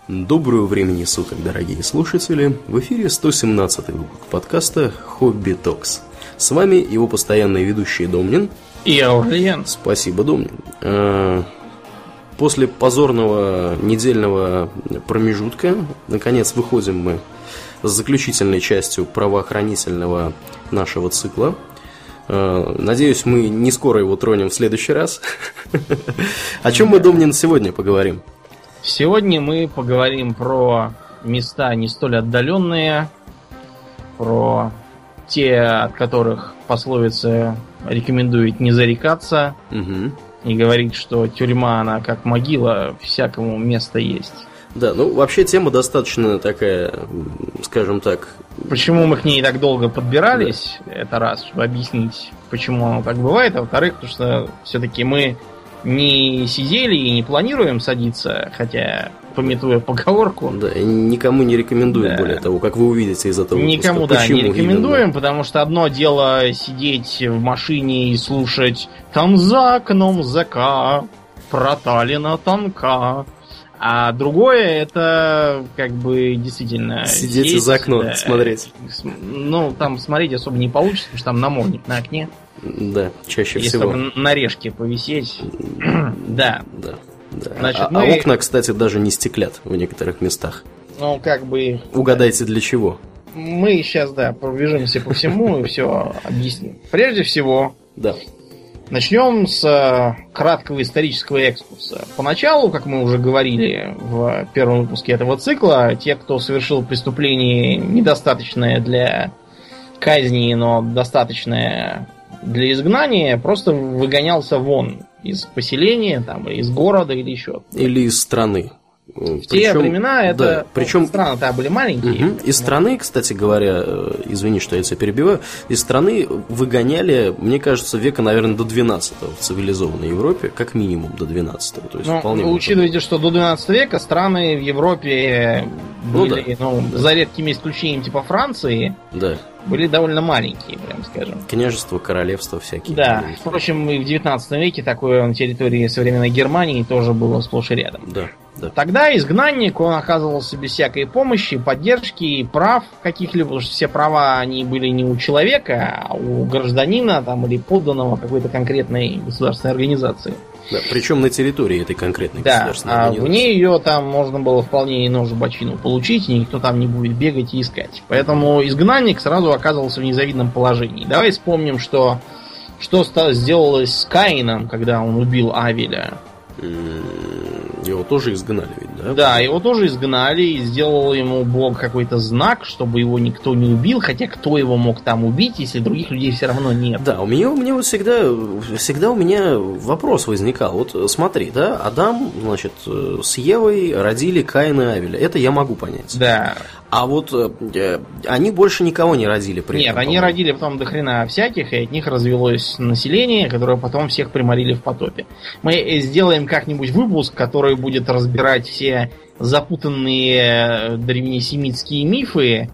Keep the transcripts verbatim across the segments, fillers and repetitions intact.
Доброго времени суток, дорогие слушатели! В эфире сто семнадцатый выпуск подкаста «Хобби Токс». С вами его постоянные ведущие Домнин и Аурлиен. Спасибо, Домнин. После позорного недельного промежутка наконец выходим мы с заключительной частью правоохранительного нашего цикла. Надеюсь, мы не скоро его тронем в следующий раз. О чем мы, Домнин, сегодня поговорим? Сегодня мы поговорим про места не столь отдаленные, про те, от которых пословица рекомендует не зарекаться, угу. и говорит, что тюрьма, она как могила, всякому место есть. Да, ну вообще тема достаточно такая, скажем так... Почему мы к ней так долго подбирались, да. Это раз, чтобы объяснить, почему оно так бывает, а во-вторых, потому что все-таки мы не сидели и не планируем садиться, хотя, памятуя поговорку... Да, и никому не рекомендуем, да. Более того, как вы увидите из этого выпуска. Никому, да, не рекомендуем, именно? Потому что одно дело сидеть в машине и слушать «Там за окном зака, проталина тонка», а другое это как бы действительно... Сидеть из окна, да, смотреть. Ну, там смотреть особо не получится, потому что там намордник на окне. Да, чаще Если всего. Если на решке повисеть. Да. Да, да. Значит, а, мы... а окна, кстати, даже не стеклят в некоторых местах. Ну, как бы... Угадайте, для чего? Мы сейчас, да, пробежимся по всему и все объясним. Прежде всего... Да. Начнем с краткого исторического экскурса. Поначалу, как мы уже говорили в первом выпуске этого цикла, те, кто совершил преступление недостаточное для казни, но достаточное для изгнания, просто выгонялся вон из поселения, там, или из города, или еще. Или из страны. В те причем, времена это... Да, причем страны-то были маленькие. Угу. Из страны, кстати говоря, извини, что я тебя перебиваю, из страны выгоняли, мне кажется, века, наверное, до двенадцатого в цивилизованной Европе, как минимум до двенадцатого. То есть ну, вполне вы учитываете, что до двенадцатого века страны в Европе были, ну, да, ну да. за редкими исключениями типа Франции, да. были довольно маленькие, прям скажем. Княжества, королевства всякие. Да, маленькие. Впрочем, и в девятнадцатом веке такое на территории современной Германии тоже было сплошь и рядом. Да. Да. Тогда изгнанник, он оказывался без всякой помощи, поддержки, прав каких-либо, потому что все права, они были не у человека, а у гражданина там, или подданного какой-то конкретной государственной организации. Да, причем на территории этой конкретной да, государственной а организации. вне ее там можно было вполне и нож бочину получить, и никто там не будет бегать и искать. Поэтому изгнанник сразу оказывался в незавидном положении. Давай вспомним, что, что сделалось с Каином, когда он убил Авеля. Его тоже изгнали, ведь, да? Да, его тоже изгнали, и сделал ему Бог какой-то знак, чтобы его никто не убил, хотя кто его мог там убить, если других людей все равно нет. Да, у меня, у меня вот всегда, всегда у меня вопрос возникал. Вот смотри, да, Адам, значит, с Евой родили Каина и Авеля. Это я могу понять. Да. А вот э, они больше никого не родили при Нет, этом. Нет, они родили потом до хрена всяких, и от них развелось население, которое потом всех приморили в потопе. Мы сделаем как-нибудь выпуск, который будет разбирать все запутанные древнесемитские мифы,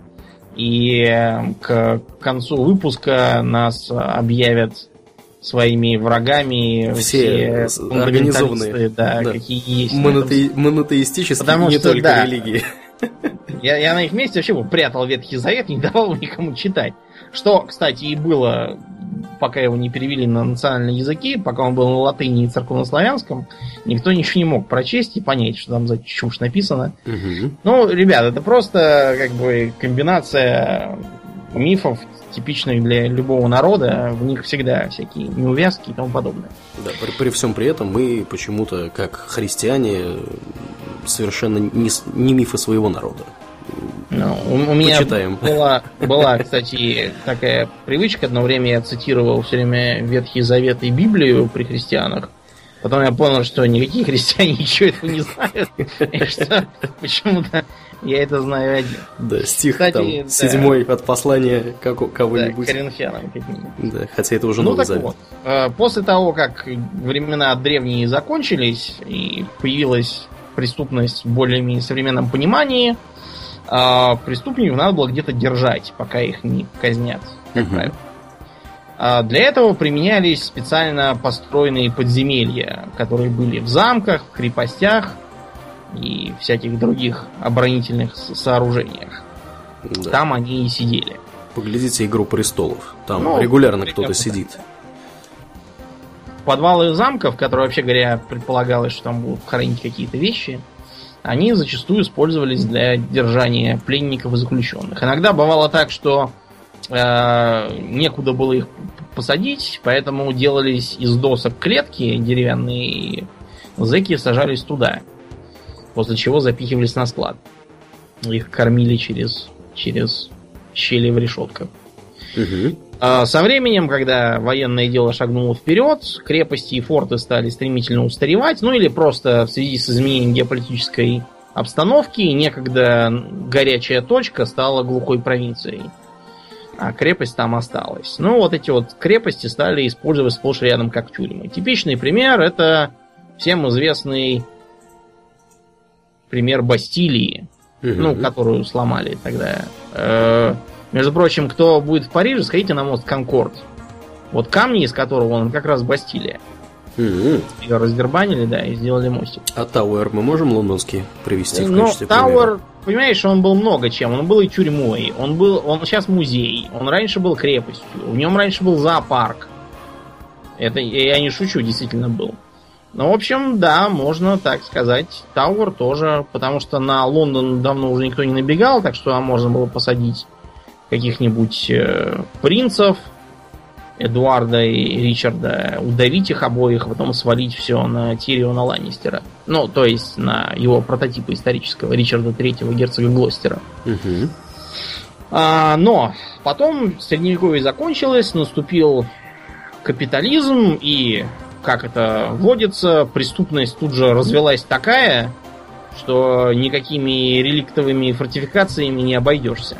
и к концу выпуска нас объявят своими врагами все, все организованные, да, да. какие есть. Монотеи- монотеистические, Потому не что, только да, религии. Я, я на их месте вообще бы прятал Ветхий Завет, не давал никому читать. Что, кстати, и было, пока его не перевели на национальные языки, пока он был на латыни и церковнославянском, никто ничего не мог прочесть и понять, что там за чушь написано. Угу. Ну, ребят, это просто как бы комбинация мифов, типичных для любого народа. В них всегда всякие неувязки и тому подобное. Да, при, при всем при этом мы почему-то, как христиане, совершенно не, не мифы своего народа. Ну, у, у меня была, была, кстати, такая привычка. Одно время я цитировал все время Ветхий Завет и Библию при христианах. Потом я понял, что никакие христиане ничего этого не знают. И что почему-то я это знаю один. Да, стих Кстати, там да. седьмой от послания кого-нибудь. Да, Коринфянам каким-нибудь. Да, хотя это уже ну, Новый так Завет. Вот, после того, как времена древние закончились и появилась преступность в более-менее современном понимании, преступников надо было где-то держать, пока их не казнят, как угу. правило. Для этого применялись специально построенные подземелья, которые были в замках, в крепостях, и всяких других оборонительных сооружениях. Да. Там они и сидели. Поглядите «Игру престолов». Там ну, регулярно кто-то сидит. Подвалы замков, которые, вообще говоря, предполагалось, что там будут хранить какие-то вещи, они зачастую использовались для держания пленников и заключенных. Иногда бывало так, что э, некуда было их посадить, поэтому делались из досок клетки деревянные, и зэки сажались туда, после чего запихивались на склад. Их кормили через, через щели в решетках. Угу. А со временем, когда военное дело шагнуло вперед, крепости и форты стали стремительно устаревать, ну или просто в связи с изменением геополитической обстановки, некогда горячая точка стала глухой провинцией, а крепость там осталась. Ну вот эти вот крепости стали использовать сплошь и рядом как тюрьмы. Типичный пример — это всем известный пример Бастилии, угу. ну, которую сломали тогда. Э-э- между прочим, кто будет в Париже, сходите на мост Конкорд. Вот камни, из которого он как раз Бастилия. Угу. Ее раздербанили, да, и сделали мостик. А Тауэр мы можем лондонский привести в ну, качестве Тауэр, примера? Понимаешь, он был много чем. Он был и тюрьмой, он был, он сейчас музей, он раньше был крепостью, в нем раньше был зоопарк. Это я не шучу, действительно был. Ну, в общем, да, можно так сказать. Тауэр тоже, потому что на Лондон давно уже никто не набегал, так что можно было посадить каких-нибудь э, принцев, Эдуарда и Ричарда, удавить их обоих, а потом свалить все на Тириона Ланнистера. Ну, то есть на его прототипа исторического, Ричарда третьего, герцога Глостера. Угу. А, но потом Средневековье закончилось, наступил капитализм, и, как это водится, преступность тут же развелась такая, что никакими реликтовыми фортификациями не обойдешься.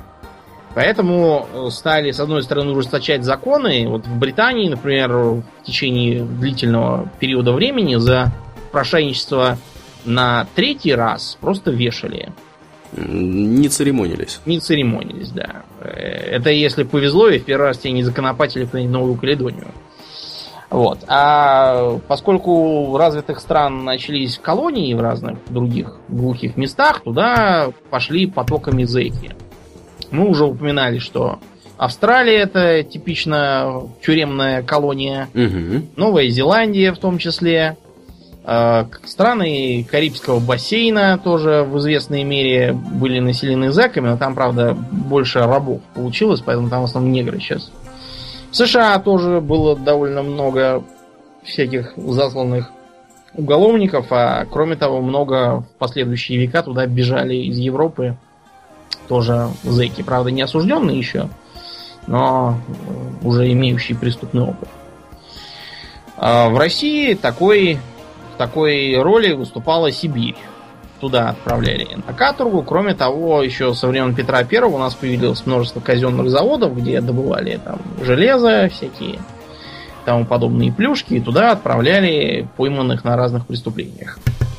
Поэтому стали, с одной стороны, ужесточать законы. Вот в Британии, например, в течение длительного периода времени за прошайничество на третий раз просто вешали. Не церемонились. Не церемонились, да. Это если повезло, и в первый раз тебя не законопатили в Новую Каледонию. Вот. А поскольку в развитых стран начались колонии в разных других глухих местах, туда пошли потоками зэки. Мы уже упоминали, что Австралия — это типично тюремная колония. Угу. Новая Зеландия в том числе. Страны Карибского бассейна тоже в известной мере были населены зэками, но там, правда, больше рабов получилось, поэтому там в основном негры сейчас. В США тоже было довольно много всяких засланных уголовников, а кроме того, много в последующие века туда бежали из Европы тоже зэки. Правда, не осужденные еще, но уже имеющие преступный опыт. А в России такой, в такой роли выступала Сибирь. Туда отправляли на каторгу. Кроме того, еще со времен Петра Первого у нас появилось множество казенных заводов, где добывали там железо, всякие тому подобные плюшки, и туда отправляли пойманных на разных преступлениях,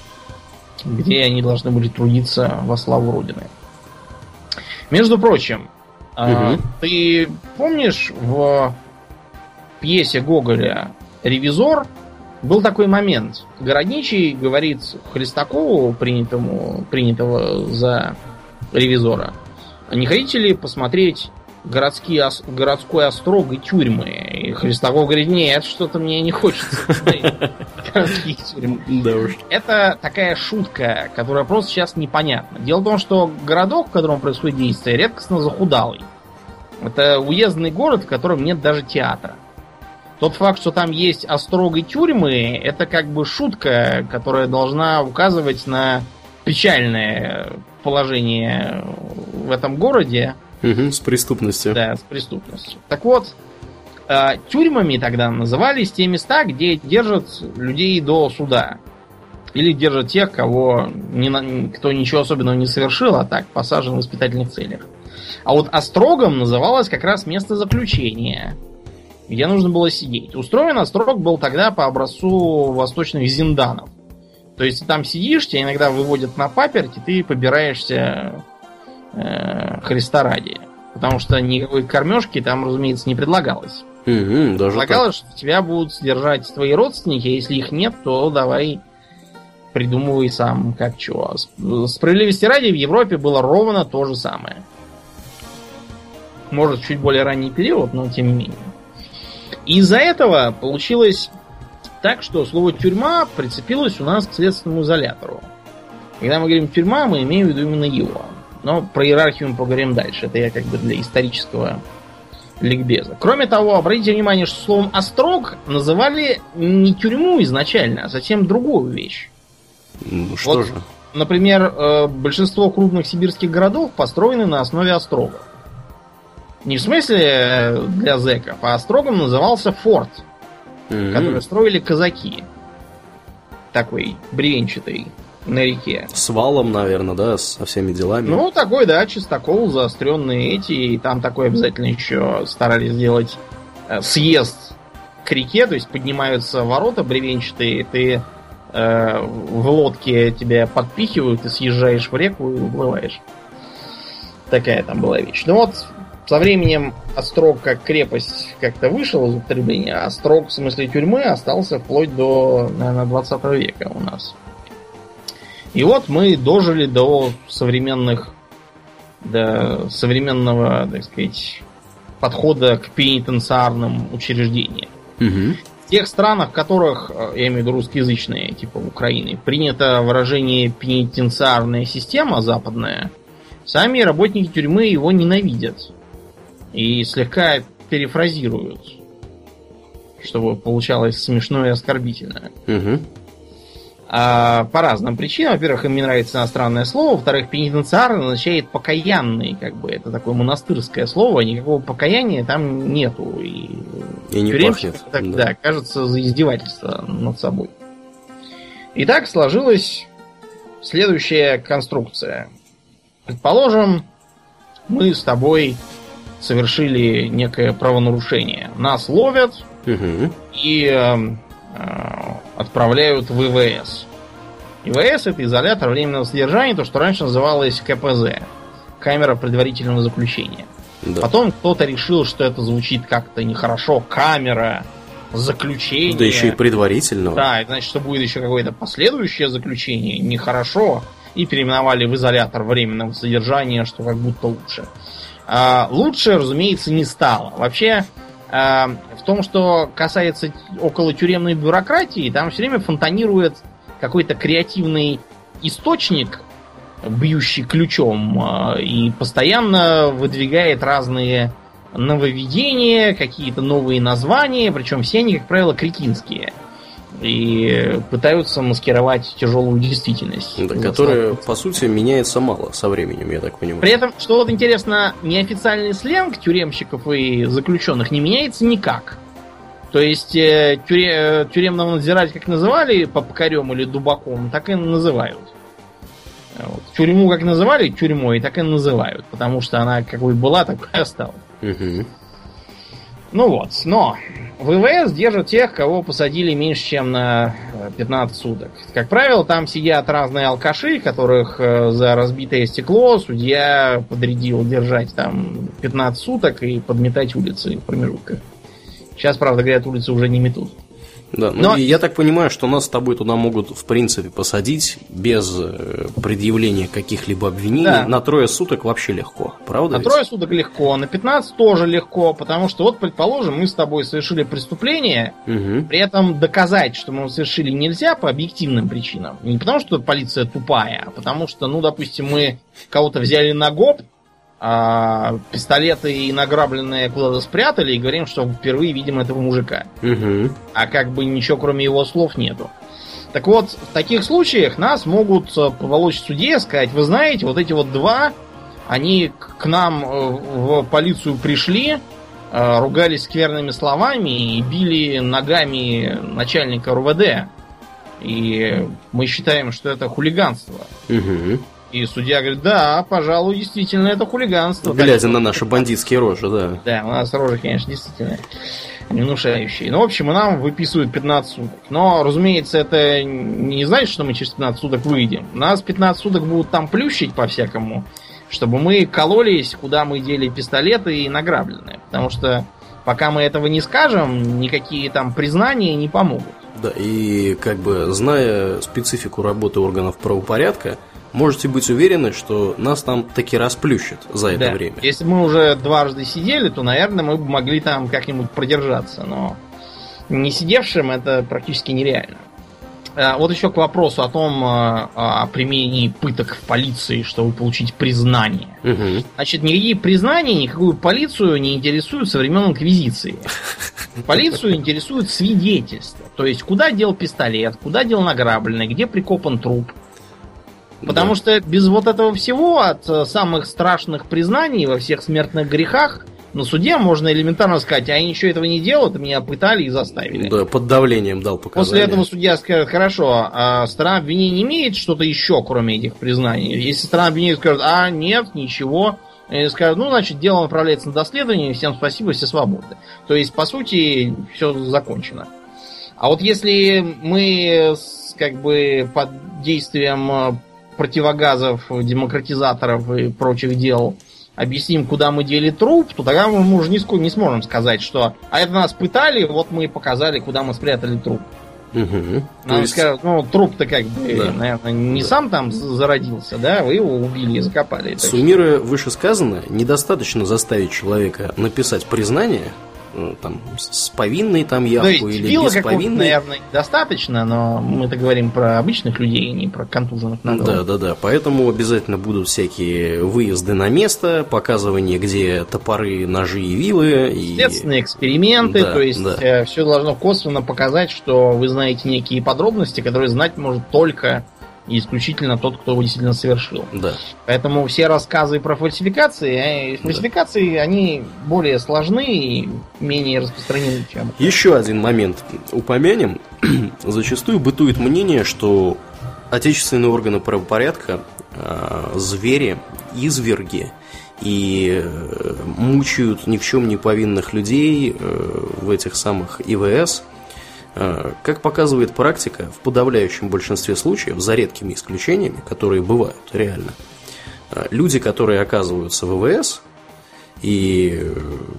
где они должны были трудиться во славу Родины. Между прочим, угу. ты помнишь, в пьесе Гоголя «Ревизор» был такой момент. Городничий говорит Хлестакову, принятому, принятого за ревизора: не хотите ли посмотреть городские, городской острог и тюрьмы? И Хлестаков говорит: нет, что-то мне не хочется смотреть городские тюрьмы. Да уж. Это такая шутка, которая просто сейчас непонятна. Дело в том, что городок, в котором происходит действие, редкостно захудалый. Это уездный город, в котором нет даже театра. Тот факт, что там есть острог и тюрьмы, это как бы шутка, которая должна указывать на печальное положение в этом городе. Угу, с преступностью. Да, с преступностью. Так вот, э, тюрьмами тогда назывались те места, где держат людей до суда. Или держат тех, кого не, кто ничего особенного не совершил, а так посажен в воспитательных целях. А вот острогом называлось как раз место заключения, где нужно было сидеть. Устроен острог был тогда по образцу восточных зинданов. То есть ты там сидишь, тебя иногда выводят на паперть, и ты побираешься э, Христа ради. Потому что никакой кормежки там, разумеется, не предлагалось. Угу, даже предлагалось, так. что тебя будут содержать твои родственники, а если их нет, то давай придумывай сам, как чего. Справедливости ради, в Европе было ровно то же самое. Может, чуть более ранний период, но тем не менее. Из-за этого получилось так, что слово «тюрьма» прицепилось у нас к следственному изолятору. Когда мы говорим «тюрьма», мы имеем в виду именно его. Но про иерархию мы поговорим дальше. Это я как бы для исторического ликбеза. Кроме того, обратите внимание, что словом «острог» называли не тюрьму изначально, а совсем другую вещь. Ну, что вот, же? Например, большинство крупных сибирских городов построены на основе острогов. Не в смысле для зэков, а острогом назывался форт, mm-hmm. который строили казаки. Такой бревенчатый на реке. С валом, наверное, да, со всеми делами. Ну, такой, да, чистокол, заостренные эти. И там такой обязательно еще старались сделать э, съезд к реке. То есть поднимаются ворота бревенчатые, ты э, в лодке тебя подпихивают, ты съезжаешь в реку и уплываешь. Такая там была вещь. Ну вот, со временем острог как крепость как-то вышел из употребления, а острог в смысле тюрьмы остался вплоть до, наверное, двадцатого века у нас. И вот мы дожили до современных, до современного, так сказать, подхода к пенитенциарным учреждениям. Угу. В тех странах, в которых, я имею в виду русскоязычные, типа Украины, принято выражение пенитенциарная система западная, сами работники тюрьмы его ненавидят и слегка перефразируют, чтобы получалось смешно и оскорбительно. Угу. А по разным причинам. Во-первых, им не нравится иностранное слово. Во-вторых, пенитенциарный означает покаянный, как бы. Это такое монастырское слово. Никакого покаяния там нету. И, и не пахнет. Так, да. да, кажется, за издевательство над собой. Итак, сложилась следующая конструкция. Предположим, мы с тобой совершили некое правонарушение. Нас ловят угу. и э, отправляют в ИВС. ИВС — это изолятор временного содержания, то, что раньше называлось КПЗ. Камера предварительного заключения. Да. Потом кто-то решил, что это звучит как-то нехорошо. Камера заключения. Да еще и предварительного. Да, это значит, что будет еще какое-то последующее заключение. Нехорошо. И переименовали в изолятор временного содержания, что как будто лучше. А, лучше, разумеется, не стало. Вообще, а, в том, что касается околотюремной бюрократии, там все время фонтанирует какой-то креативный источник, бьющий ключом, а, и постоянно выдвигает разные нововведения, какие-то новые названия, причем все они, как правило, кретинские. И пытаются маскировать тяжелую действительность. Да, которая, по сути, меняется мало со временем, я так понимаю. При этом, что вот интересно, неофициальный сленг тюремщиков и заключенных не меняется никак. То есть тюре, тюремного надзирателя как называли попкарем или дубаком, так и называют. Вот. Тюрьму как называли тюрьмой, так и называют. Потому что она какой была, такой и осталась. Угу. Ну вот, но в ИВС держат тех, кого посадили меньше, чем на пятнадцать суток. Как правило, там сидят разные алкаши, которых за разбитое стекло судья подрядил держать там пятнадцать суток и подметать улицы в промежутках. Сейчас, правда, говорят, улицы уже не метут. Да, ну но... я так понимаю, что нас с тобой туда могут, в принципе, посадить без предъявления каких-либо обвинений. Да. На трое суток вообще легко, правда? На ведь? Трое суток легко, на пятнадцать тоже легко, потому что вот, предположим, мы с тобой совершили преступление, угу. При этом доказать, что мы его совершили, нельзя по объективным причинам. Не потому, что полиция тупая, а потому что, ну, допустим, мы кого-то взяли на гоп, а пистолеты и награбленные куда-то спрятали и говорим, что впервые видим этого мужика. Угу. А как бы ничего кроме его слов нету. Так вот, в таких случаях нас могут поволочь в суде, сказать: вы знаете, вот эти вот два, они к нам в полицию пришли, ругались скверными словами и били ногами начальника РУВД. И мы считаем, что это хулиганство. Угу. И судья говорит: да, пожалуй, действительно, это хулиганство. Глядя на наши бандитские рожи, да. Да, у нас рожи, конечно, действительно не внушающие. Ну, в общем, и нам выписывают пятнадцать суток. Но, разумеется, это не значит, что мы через пятнадцать суток выйдем. Нас пятнадцать суток будут там плющить по-всякому, чтобы мы кололись, куда мы дели пистолеты и награбленные. Потому что пока мы этого не скажем, никакие там признания не помогут. Да, и как бы зная специфику работы органов правопорядка, можете быть уверены, что нас там таки расплющат за это да. время. Если бы мы уже дважды сидели, то, наверное, мы бы могли там как-нибудь продержаться. Но не сидевшим это практически нереально. Вот еще к вопросу о том, о применении пыток в полиции, чтобы получить признание. Угу. Значит, никакие признания, никакую полицию не интересуют со времен Инквизиции. Полицию интересует свидетельство. То есть, куда дел пистолет, куда дел награбленный, где прикопан труп. Потому да. что без вот этого всего, от самых страшных признаний во всех смертных грехах, на суде можно элементарно сказать, а они ничего этого не делают, меня пытали и заставили. Да, под давлением дал показания. После этого судья скажет, хорошо, а сторона обвинения не имеет что-то еще, кроме этих признаний. Если сторона обвинения скажет, а нет, ничего, и скажут, ну, значит, дело направляется на доследование, всем спасибо, все свободны. То есть, по сути, все закончено. А вот если мы как бы под действием противогазов, демократизаторов и прочих дел объясним, куда мы дели труп, то тогда мы уже не, не сможем сказать, что а это нас пытали, вот мы показали, куда мы спрятали труп. Угу. Нам есть... скажут, ну, труп-то как бы, да. наверное, не да. сам там зародился, да, вы его убили и закопали. Суммируя вышесказанное, недостаточно заставить человека написать признание, там, с повинной там явку или без повинной. Наверное, недостаточно, но мы-то говорим про обычных людей, не про контуженных народов. Да, да, да. Поэтому обязательно будут всякие выезды на место, показывание, где топоры, ножи и вилы. Следственные и... эксперименты, да, то есть да. все должно косвенно показать, что вы знаете некие подробности, которые знать может только и исключительно тот, кто его действительно совершил. Да. Поэтому все рассказы про фальсификации, фальсификации, да. они более сложны и менее распространены, чем... Еще один момент упомянем. Зачастую бытует мнение, что отечественные органы правопорядка э, звери, изверги и мучают ни в чем не повинных людей э, в этих самых И В С. Как показывает практика, в подавляющем большинстве случаев, за редкими исключениями, которые бывают реально, люди, которые оказываются в И В С, и,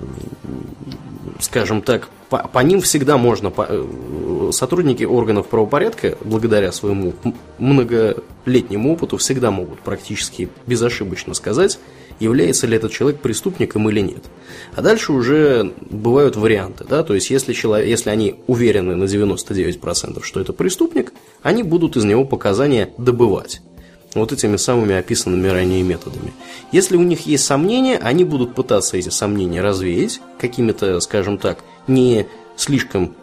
скажем так, по, по ним всегда можно, по, сотрудники органов правопорядка, благодаря своему многолетнему опыту, всегда могут практически безошибочно сказать, является ли этот человек преступником или нет. А дальше уже бывают варианты, да, то есть если, человек, если они уверены на девяносто девять процентов, что это преступник, они будут из него показания добывать вот этими самыми описанными ранее методами. Если у них есть сомнения, они будут пытаться эти сомнения развеять какими-то, скажем так, не слишком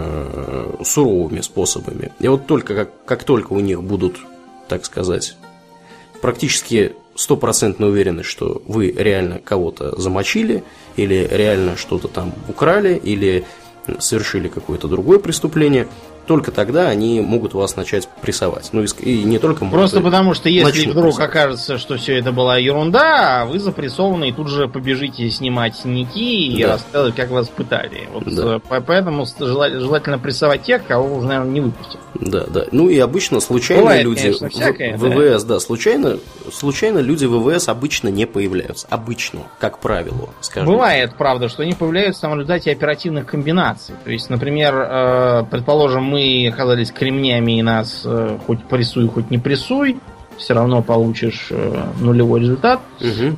э, суровыми способами. И вот только как, как только у них будут, так сказать, практически стопроцентно уверены, что вы реально кого-то замочили, или реально что-то там украли, или совершили какое-то другое преступление, только тогда они могут вас начать прессовать. Ну и не только могут. Просто потому, что если вдруг прессовать. Окажется, что все это была ерунда, вы запрессованы и тут же побежите снимать синяки и да. рассказывать, как вас пытали. Вот да. Поэтому желательно прессовать тех, кого уже, наверное, не выпустят. Да, да. Ну и обычно случайно Бывает, люди конечно, всякое, в ВВС, да, да случайно, случайно люди в ВВС обычно не появляются. Обычно, как правило, скажем. Бывает, правда, что они появляются там в результате оперативных комбинаций. То есть, например, предположим, мы оказались кремнями и нас хоть прессуй, хоть не прессуй, все равно получишь нулевой результат. Угу.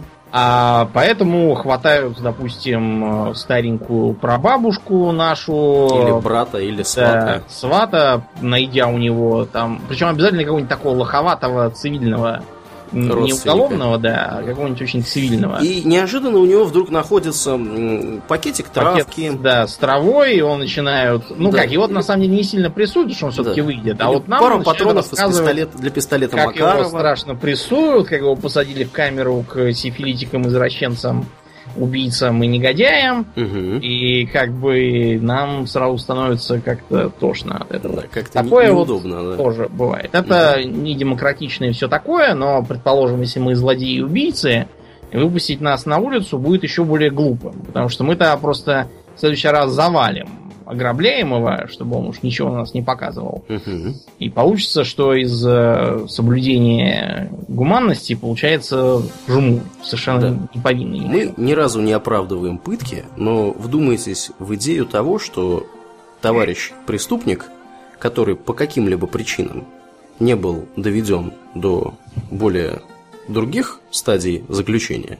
А поэтому хватают, допустим, старенькую прабабушку нашу. Или брата, или свата. Да, свата, найдя у него там... Причем обязательно какого-нибудь такого лоховатого цивильного, не уголовного, да, а какого-нибудь очень цивильного. И неожиданно у него вдруг находится пакетик травки. Пакет, да, с травой, и он начинают... Ну да. как, его на самом деле не сильно прессуют, что он все-таки да. выйдет. А или вот нам пару патронов из пистолет, для пистолета как Макарова. Как его страшно прессуют, как его посадили в камеру к сифилитикам, извращенцам, убийцам и негодяям. Угу. И как бы нам сразу становится как-то тошно от этого. Да, как-то такое неудобно, вот да. тоже бывает. Это угу. не демократично и все такое, но, предположим, если мы злодеи и убийцы, выпустить нас на улицу будет еще более глупо. Потому что мы-то просто в следующий раз завалим ограбляемого, чтобы он уж ничего на нас не показывал. Угу. И получится, что из э, соблюдения гуманности получается жму, совершенно да. неповинный. Мы ни разу не оправдываем пытки, но вдумайтесь в идею того, что товарищ преступник который по каким-либо причинам не был доведен до более других стадий заключения,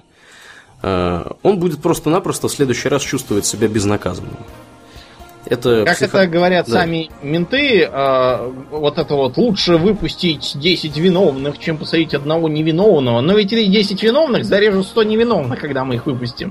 он будет просто-напросто в следующий раз чувствовать себя безнаказанным. Это как психо... это говорят да. сами менты, э, вот это вот лучше выпустить десять виновных, чем посадить одного невиновного. Но ведь эти десять виновных зарежут сто невиновных, когда мы их выпустим.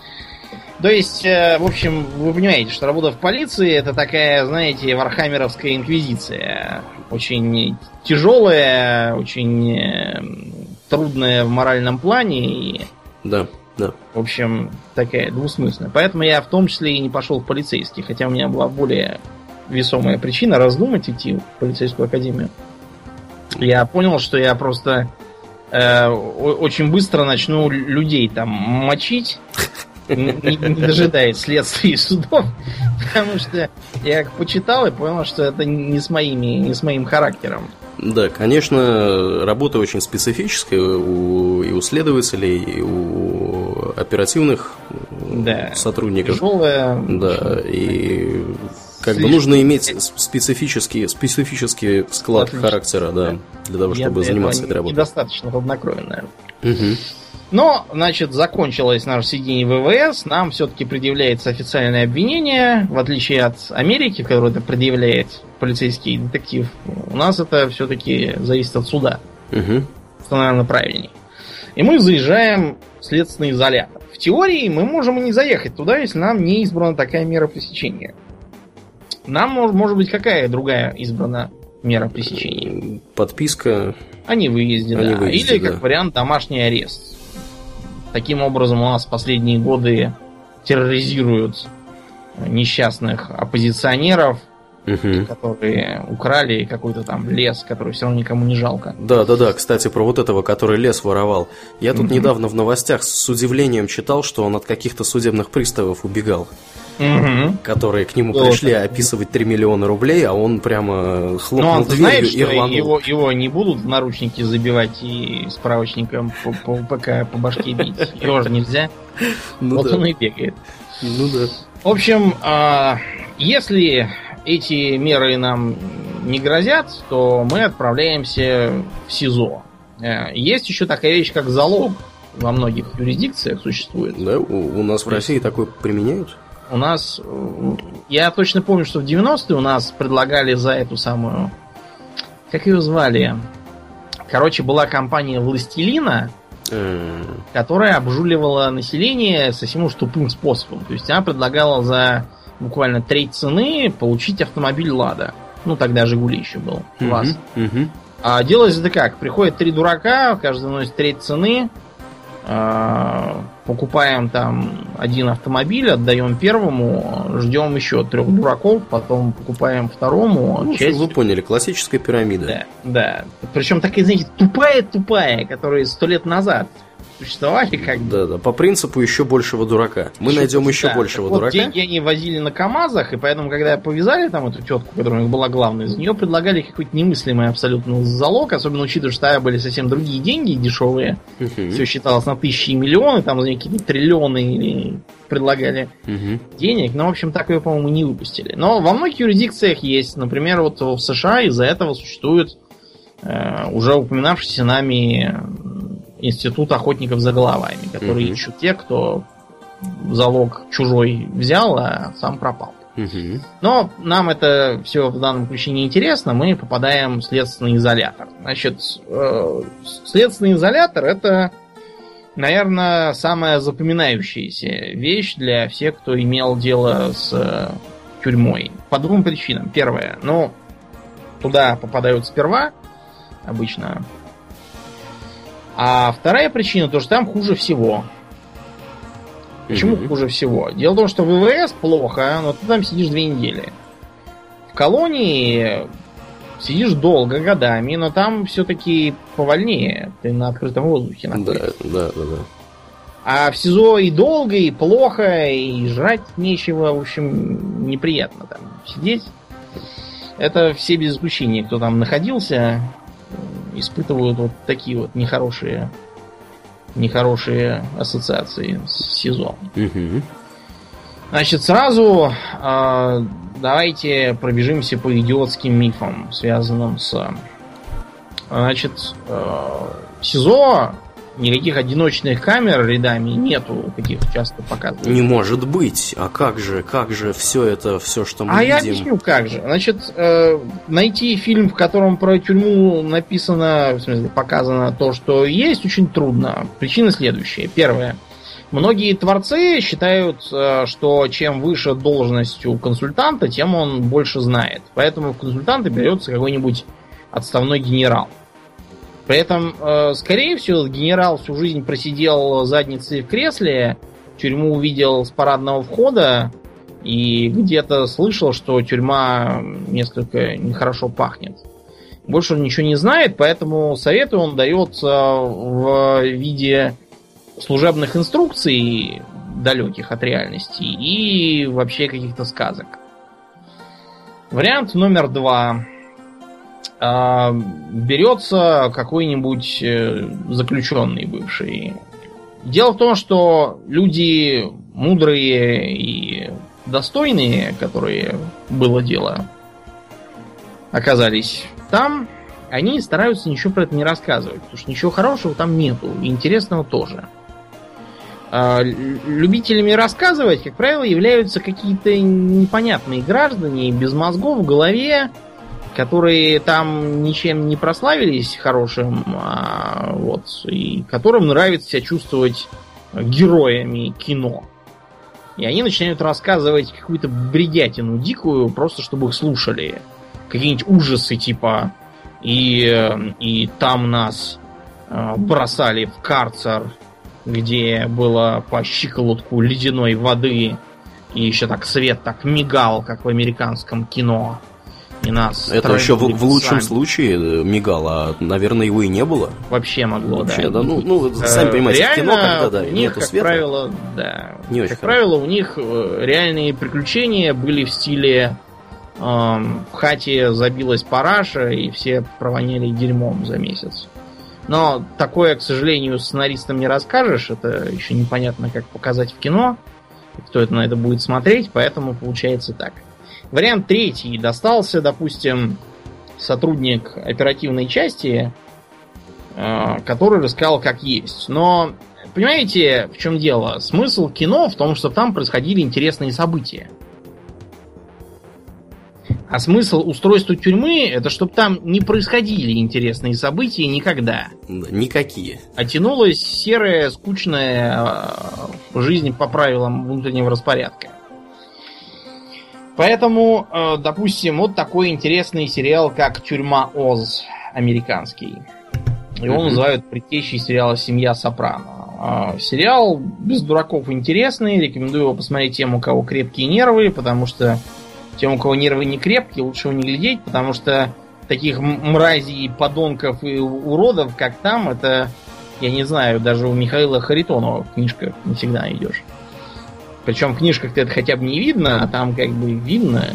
То есть, э, в общем, вы понимаете, что работа в полиции это такая, знаете, вархаммеровская инквизиция. Очень тяжелая, очень э, трудная в моральном плане. И... Да. Да. В общем, такая двусмысленная. Поэтому я в том числе и не пошел в полицейский, хотя у меня была более весомая причина раздумать идти в полицейскую академию. Я понял, что я просто э, очень быстро начну людей там мочить, не, не дожидаясь следствия и судов, потому что я их почитал и понял, что это не с моими, не с моим характером. Да, конечно, работа очень специфическая у, и у следователей, и у оперативных да. сотрудников. Тяжелая. Да, и как бы нужно иметь специфический, специфический склад Отлично. характера, да, для того, чтобы Я заниматься этой работой. Недостаточно хладнокровен, наверное. Угу. Но, значит, закончилось наше сидение в ВВС, нам все-таки предъявляется официальное обвинение, в отличие от Америки, в которой это предъявляет полицейский детектив. У нас это все-таки зависит от суда, угу. что, наверное, правильнее. И мы заезжаем в следственный изолятор. В теории мы можем и не заехать туда, если нам не избрана такая мера пресечения. Нам, может быть, какая другая избрана мера пресечения? Подписка. О невыезде, да. Выезде, Или, как да. вариант, домашний арест. Таким образом, у нас в последние годы терроризируют несчастных оппозиционеров, угу. которые украли какой-то там лес, который все равно никому не жалко. Да, да, да. Кстати, про вот этого, который лес воровал. Я тут угу. недавно в новостях с удивлением читал, что он от каких-то судебных приставов убегал. Угу. Которые к нему вот. пришли описывать три миллиона рублей, а он прямо хлопнул он дверью знает, и рванул. Его, его не будут в наручники забивать и справочником по, по, ПК по башке бить. Его же нельзя. Ну вот да. он и бегает. Ну да. В общем, если эти меры нам не грозят, то мы отправляемся в СИЗО. Есть еще такая вещь, как залог. Во многих юрисдикциях существует. Да, у, у нас в России такое применяют? У нас, я точно помню, что в девяностые у нас предлагали за эту самую, как ее звали? Короче, была компания «Властелина», mm. которая обжуливала население совсем уж тупым способом. То есть она предлагала за буквально треть цены получить автомобиль «Лада». Ну, тогда «Жигули» еще был. Mm-hmm. ВАЗ. Mm-hmm. А делалось это как? Приходят три дурака, каждый носит треть цены. Покупаем там один автомобиль, отдаем первому, ждем еще трех дураков, потом покупаем второму. Ну, часть... вы поняли, классическая пирамида. Да, да. Причем такая, знаете, тупая-тупая, которая сто лет назад существовали как бы. Да, да, по принципу еще большего дурака. Мы еще найдем еще да, большего вот дурака. Деньги они возили на КАМАЗах, и поэтому, когда повязали там эту тетку, которая у них была главной, за нее предлагали какой-то немыслимый абсолютно залог, особенно учитывая, что тогда были совсем другие деньги, дешевые. Uh-huh. Все считалось на тысячи и миллионы, там за какие-то триллионы предлагали uh-huh. денег. Но, в общем, так ее, по-моему, не выпустили. Но во многих юрисдикциях есть. Например, вот в США из-за этого существует э, уже упоминавшийся нами Институт охотников за головами, которые uh-huh. ищут тех, кто залог чужой взял, а сам пропал. Uh-huh. Но нам это все в данном ключе не интересно, мы попадаем в следственный изолятор. Значит, э, следственный изолятор — это, наверное, самая запоминающаяся вещь для всех, кто имел дело с э, тюрьмой. По двум причинам. Первое, ну, туда попадают сперва, обычно. А вторая причина, то, что там хуже всего. Почему mm-hmm. хуже всего? Дело в том, что в ВВС плохо, но ты там сидишь две недели. В колонии сидишь долго, годами, но там все-таки повольнее. Ты на открытом воздухе находишься. Да, да, да, да. А в СИЗО и долго, и плохо, и жрать нечего. В общем, неприятно там сидеть. Это все без исключения, кто там находился, испытывают вот такие вот нехорошие, нехорошие ассоциации с СИЗО. Угу. Значит, сразу э, давайте пробежимся по идиотским мифам, связанным с... Значит, СИЗО никаких одиночных камер рядами нету, каких часто показывают. Не может быть. А как же, как же все это, все, что мы а видим? А я объясню, как же. Значит, э, найти фильм, в котором про тюрьму написано, в смысле, показано то, что есть, очень трудно. Причина следующая. Первое. Многие творцы считают, что чем выше должность у консультанта, тем он больше знает. Поэтому в консультанты берется какой-нибудь отставной генерал. При этом, скорее всего, генерал всю жизнь просидел задницей в кресле, тюрьму увидел с парадного входа и где-то слышал, что тюрьма несколько нехорошо пахнет. Больше он ничего не знает, поэтому советы он дает в виде служебных инструкций, далеких от реальности, и вообще каких-то сказок. Вариант номер два. Берется какой-нибудь заключенный бывший. Дело в том, что люди мудрые и достойные, которые было дело, оказались там, они стараются ничего про это не рассказывать, потому что ничего хорошего там нету, и интересного тоже. Любителями рассказывать, как правило, являются какие-то непонятные граждане без мозгов в голове, которые там ничем не прославились хорошим, а вот, и которым нравится себя чувствовать героями кино. И они начинают рассказывать какую-то бредятину дикую, просто чтобы их слушали. Какие-нибудь ужасы типа и, и там нас бросали в карцер, где было по щиколотку ледяной воды, и еще так свет так мигал, как в американском кино. И нас это еще в, в лучшем случае мигал, а, наверное, его и не было. Вообще могло, Вообще, да. да. Ну, ну, сами понимаете, реально, в кино, когда да, у них, нету как света, правило, да. Не очень как хорошо. правило, у них реальные приключения были в стиле эм, в хате забилась параша, и все провоняли дерьмом за месяц. Но такое, к сожалению, сценаристам не расскажешь. Это еще непонятно, как показать в кино. Кто это на это будет смотреть, поэтому получается так. Вариант третий. Достался, допустим, сотрудник оперативной части, который рассказал как есть. Но, понимаете, в чем дело? Смысл кино в том, что там происходили интересные события. А смысл устройства тюрьмы, это чтобы там не происходили интересные события никогда. Никакие. А тянулась серая, скучная жизнь по правилам внутреннего распорядка. Поэтому, допустим, вот такой интересный сериал, как «Тюрьма Оз» американский. Его mm-hmm. называют предтечей сериала «Семья Сопрано». Сериал без дураков интересный. Рекомендую его посмотреть тем, у кого крепкие нервы, потому что тем, у кого нервы не крепкие, лучше его не глядеть, потому что таких мразей, подонков и уродов, как там, это, я не знаю, даже у Михаила Харитонова в книжках не всегда найдешь. Причем в книжках-то это хотя бы не видно, а там как бы видно.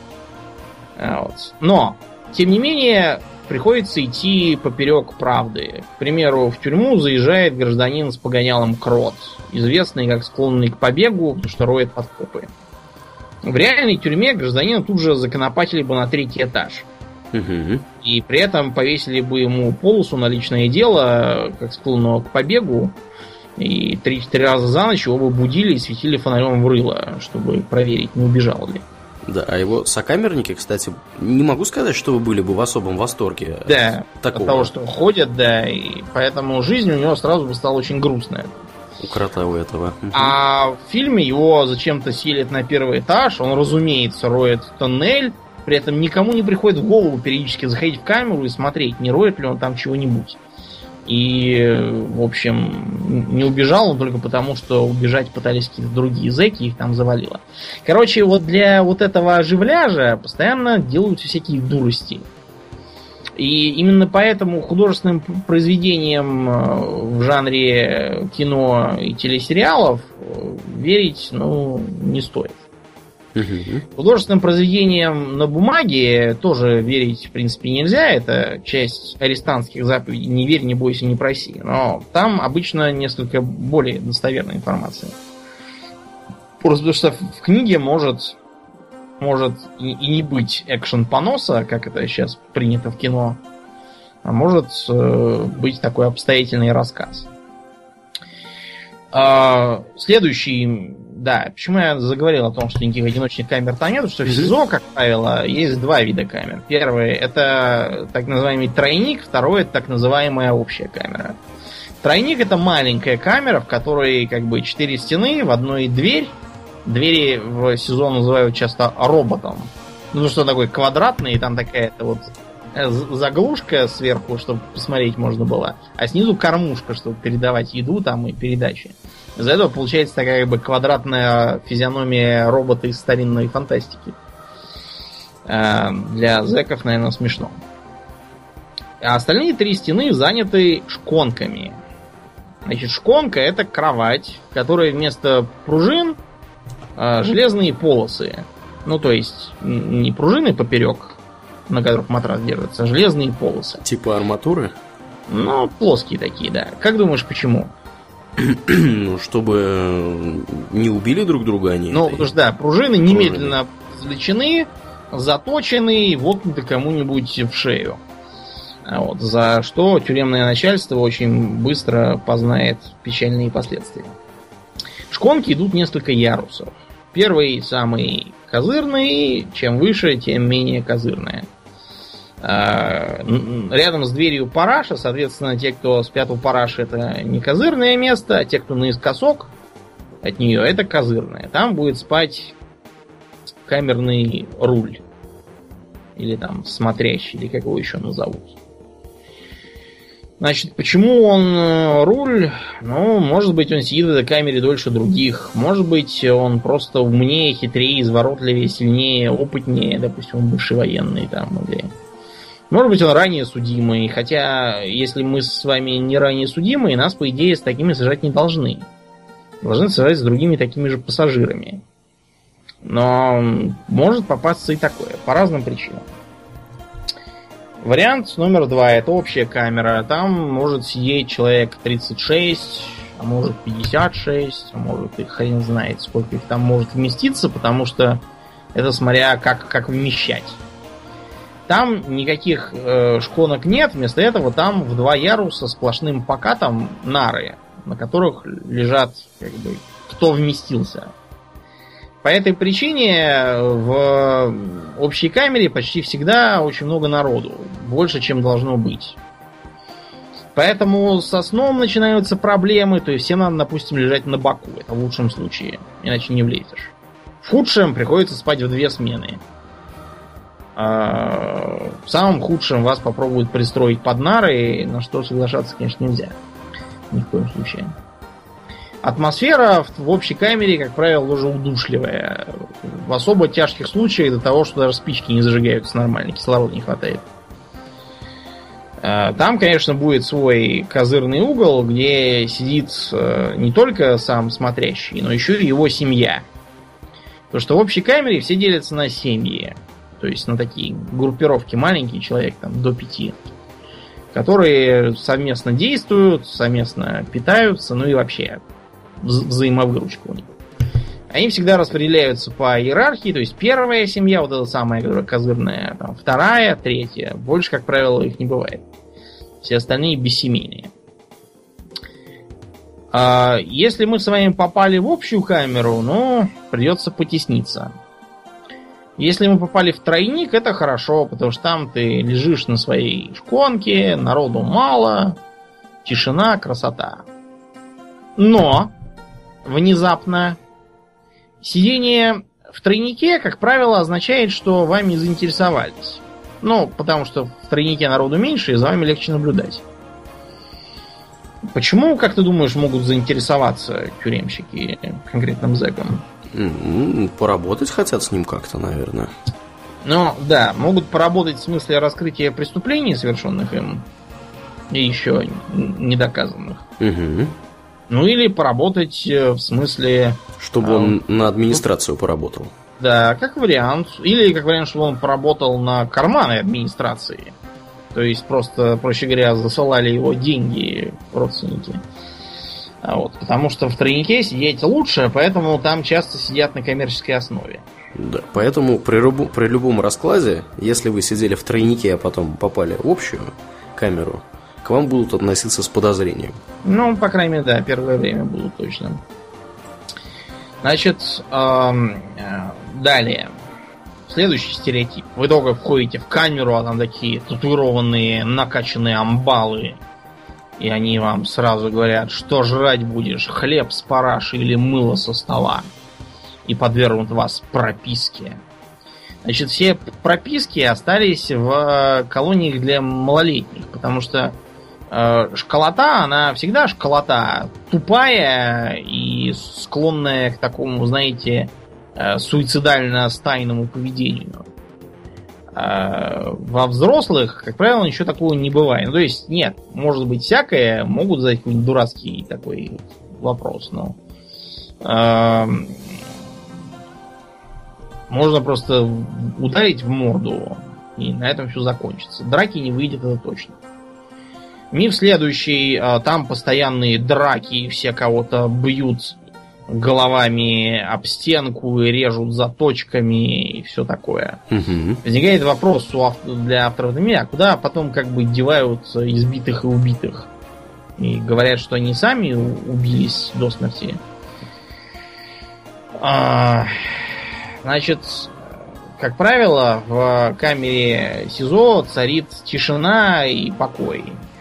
Вот. Но, тем не менее, приходится идти поперек правды. К примеру, в тюрьму заезжает гражданин с погонялом Крот, известный как склонный к побегу, потому что роет подкопы. В реальной тюрьме гражданина тут же законопатили бы на третий этаж. Угу. И при этом повесили бы ему полосу на личное дело, как склонного к побегу. И три-четыре раза за ночь его бы будили и светили фонарем в рыло, чтобы проверить, не убежал ли. Да, а его сокамерники, кстати, не могу сказать, что вы были бы в особом восторге. Да, от такого. От того, что ходят, да, и поэтому жизнь у него сразу бы стала очень грустная. У крота у этого. А в фильме его зачем-то селят на первый этаж, он, разумеется, роет тоннель, при этом никому не приходит в голову периодически заходить в камеру и смотреть, не роет ли он там чего-нибудь. И, в общем, не убежал он только потому, что убежать пытались какие-то другие зэки, их там завалило. Короче, вот для вот этого оживляжа постоянно делаются всякие дурости. И именно поэтому художественным произведениям в жанре кино и телесериалов верить, ну, не стоит. Угу. Художественным произведениям на бумаге тоже верить, в принципе, нельзя. Это часть арестантских заповедей «Не верь, не бойся, не проси». Но там обычно несколько более достоверная информация. Просто потому что в книге может может и, и не быть экшен-поноса, как это сейчас принято в кино, а может э, быть такой обстоятельный рассказ. А, следующий, да, почему я заговорил о том, что никаких одиночных камер там нет, что в СИЗО, как правило, есть два вида камер. Первый — это так называемый тройник, второй — это так называемая общая камера. Тройник — это маленькая камера, в которой как бы четыре стены, в одной дверь. Двери в СИЗО называют часто роботом. Ну что такое квадратный, и там такая-то вот заглушка сверху, чтобы посмотреть можно было, а снизу кормушка, чтобы передавать еду там и передачи. Из-за этого получается такая как бы квадратная физиономия робота из старинной фантастики. Для зэков, наверное, смешно. А остальные три стены заняты шконками. Значит, шконка — это кровать, в которой вместо пружин железные полосы. Ну, то есть, не пружины поперек, на которых матрас держится, а железные полосы. Типа арматуры? Ну, плоские такие, да. Как думаешь, почему? Ну, чтобы не убили друг друга они. Ну, потому что, да, пружины немедленно извлечены, заточены и воткнуты кому-нибудь в шею. Вот, за что тюремное начальство очень быстро познает печальные последствия. Шконки идут несколько ярусов. Первый самый козырный, чем выше, тем менее козырная. Рядом с дверью параша, соответственно, те, кто спят у параши, это не козырное место, а те, кто наискосок от нее, это козырное. Там будет спать камерный руль. Или там смотрящий, или как его еще назовут. Значит, почему он руль? Ну, может быть, он сидит в этой камере дольше других. Может быть, он просто умнее, хитрее, изворотливее, сильнее, опытнее. Допустим, он бывший военный там. Или... Может быть, он ранее судимый. Хотя, если мы с вами не ранее судимые, нас, по идее, с такими сажать не должны. Должны сажать с другими такими же пассажирами. Но может попасться и такое. По разным причинам. Вариант номер два — это общая камера. Там может сидеть человек тридцать шесть, а может пятьдесят шесть, а может и хрен знает, сколько их там может вместиться, потому что это смотря как, как вмещать. Там никаких э, шконок нет, вместо этого там в два яруса сплошным покатом нары, на которых лежат как бы кто вместился. По этой причине в общей камере почти всегда очень много народу. Больше, чем должно быть. Поэтому со сном начинаются проблемы. То есть всем надо, допустим, лежать на боку. Это в лучшем случае. Иначе не влезешь. В худшем приходится спать в две смены. В самом худшем вас попробуют пристроить под нары, на что соглашаться, конечно, нельзя. Ни в коем случае. Атмосфера в общей камере, как правило, уже удушливая. В особо тяжких случаях до того, что даже спички не зажигаются нормально, кислорода не хватает. Там, конечно, будет свой козырный угол, где сидит не только сам смотрящий, но еще и его семья. Потому что в общей камере все делятся на семьи. То есть на такие группировки маленькие, человек там до пяти, которые совместно действуют, совместно питаются, ну и вообще вза- взаимовыручка у них. Они всегда распределяются по иерархии, то есть первая семья, вот эта самая, которая козырная, там, вторая, третья. Больше, как правило, их не бывает. Все остальные бессемейные. А если мы с вами попали в общую камеру, ну, придется потесниться. Если мы попали в тройник, это хорошо, потому что там ты лежишь на своей шконке, народу мало, тишина, красота. Но внезапно сидение в тройнике, как правило, означает, что вами заинтересовались. Ну, потому что в тройнике народу меньше, и за вами легче наблюдать. Почему, как ты думаешь, могут заинтересоваться тюремщики конкретным зэком? Поработать хотят с ним как-то, наверное. Ну, да, могут поработать в смысле раскрытия преступлений, совершенных им, и еще недоказанных. Угу. Ну, или поработать в смысле... Чтобы а, он на администрацию поработал. Да, как вариант. Или, как вариант, чтобы он поработал на карманы администрации. То есть, просто, проще говоря, засылали его деньги родственники. Вот, потому что в тройнике сидеть лучше, поэтому там часто сидят на коммерческой основе. Да, поэтому при, рубу, при любом раскладе, если вы сидели в тройнике, а потом попали в общую камеру, к вам будут относиться с подозрением. Ну, по крайней мере, да, первое время будут точно. Значит, эм, э, далее. Следующий стереотип. Вы только входите в камеру, а там такие татуированные, накачанные амбалы. И они вам сразу говорят, что жрать будешь, хлеб с параши или мыло со стола. И подвергнут вас прописке. Значит, все прописки остались в колониях для малолетних, потому что э, школота, она всегда школота, тупая и склонная к такому, знаете, э, суицидально-стайному поведению. А во взрослых, как правило, ничего такого не бывает. Ну, то есть, нет, может быть всякое, могут задать какой-нибудь дурацкий такой вопрос, но э, можно просто ударить в морду, и на этом все закончится. Драки не выйдет, это точно. Миф следующий, э, там постоянные драки, все кого-то бьют головами об стенку и режут заточками и все такое. Угу. Возникает вопрос у автор, для авторов мира, а куда потом как бы девают избитых и убитых? И говорят, что они сами убились до смерти. А, значит, как правило, в камере СИЗО царит тишина и покой.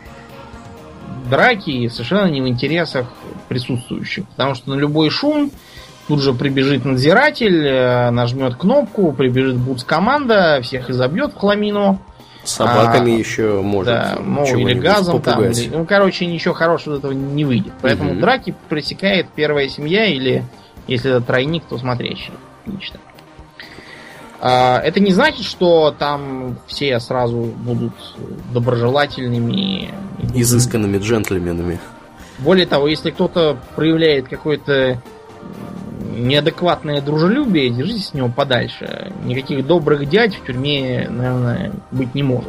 Драки совершенно не в интересах присутствующих, потому что на любой шум тут же прибежит надзиратель, нажмет кнопку, прибежит бутс-команда, всех изобьет в хламину. Собаками а, еще может. Да, ну, или газом там. Или, ну, короче, ничего хорошего из этого не выйдет. Поэтому угу. драки пресекает первая семья или, если это тройник, то смотрящий лично. А, это не значит, что там все сразу будут доброжелательными, изысканными джентльменами. Более того, если кто-то проявляет какое-то неадекватное дружелюбие, держитесь с него подальше. Никаких добрых дядь в тюрьме, наверное, быть не может.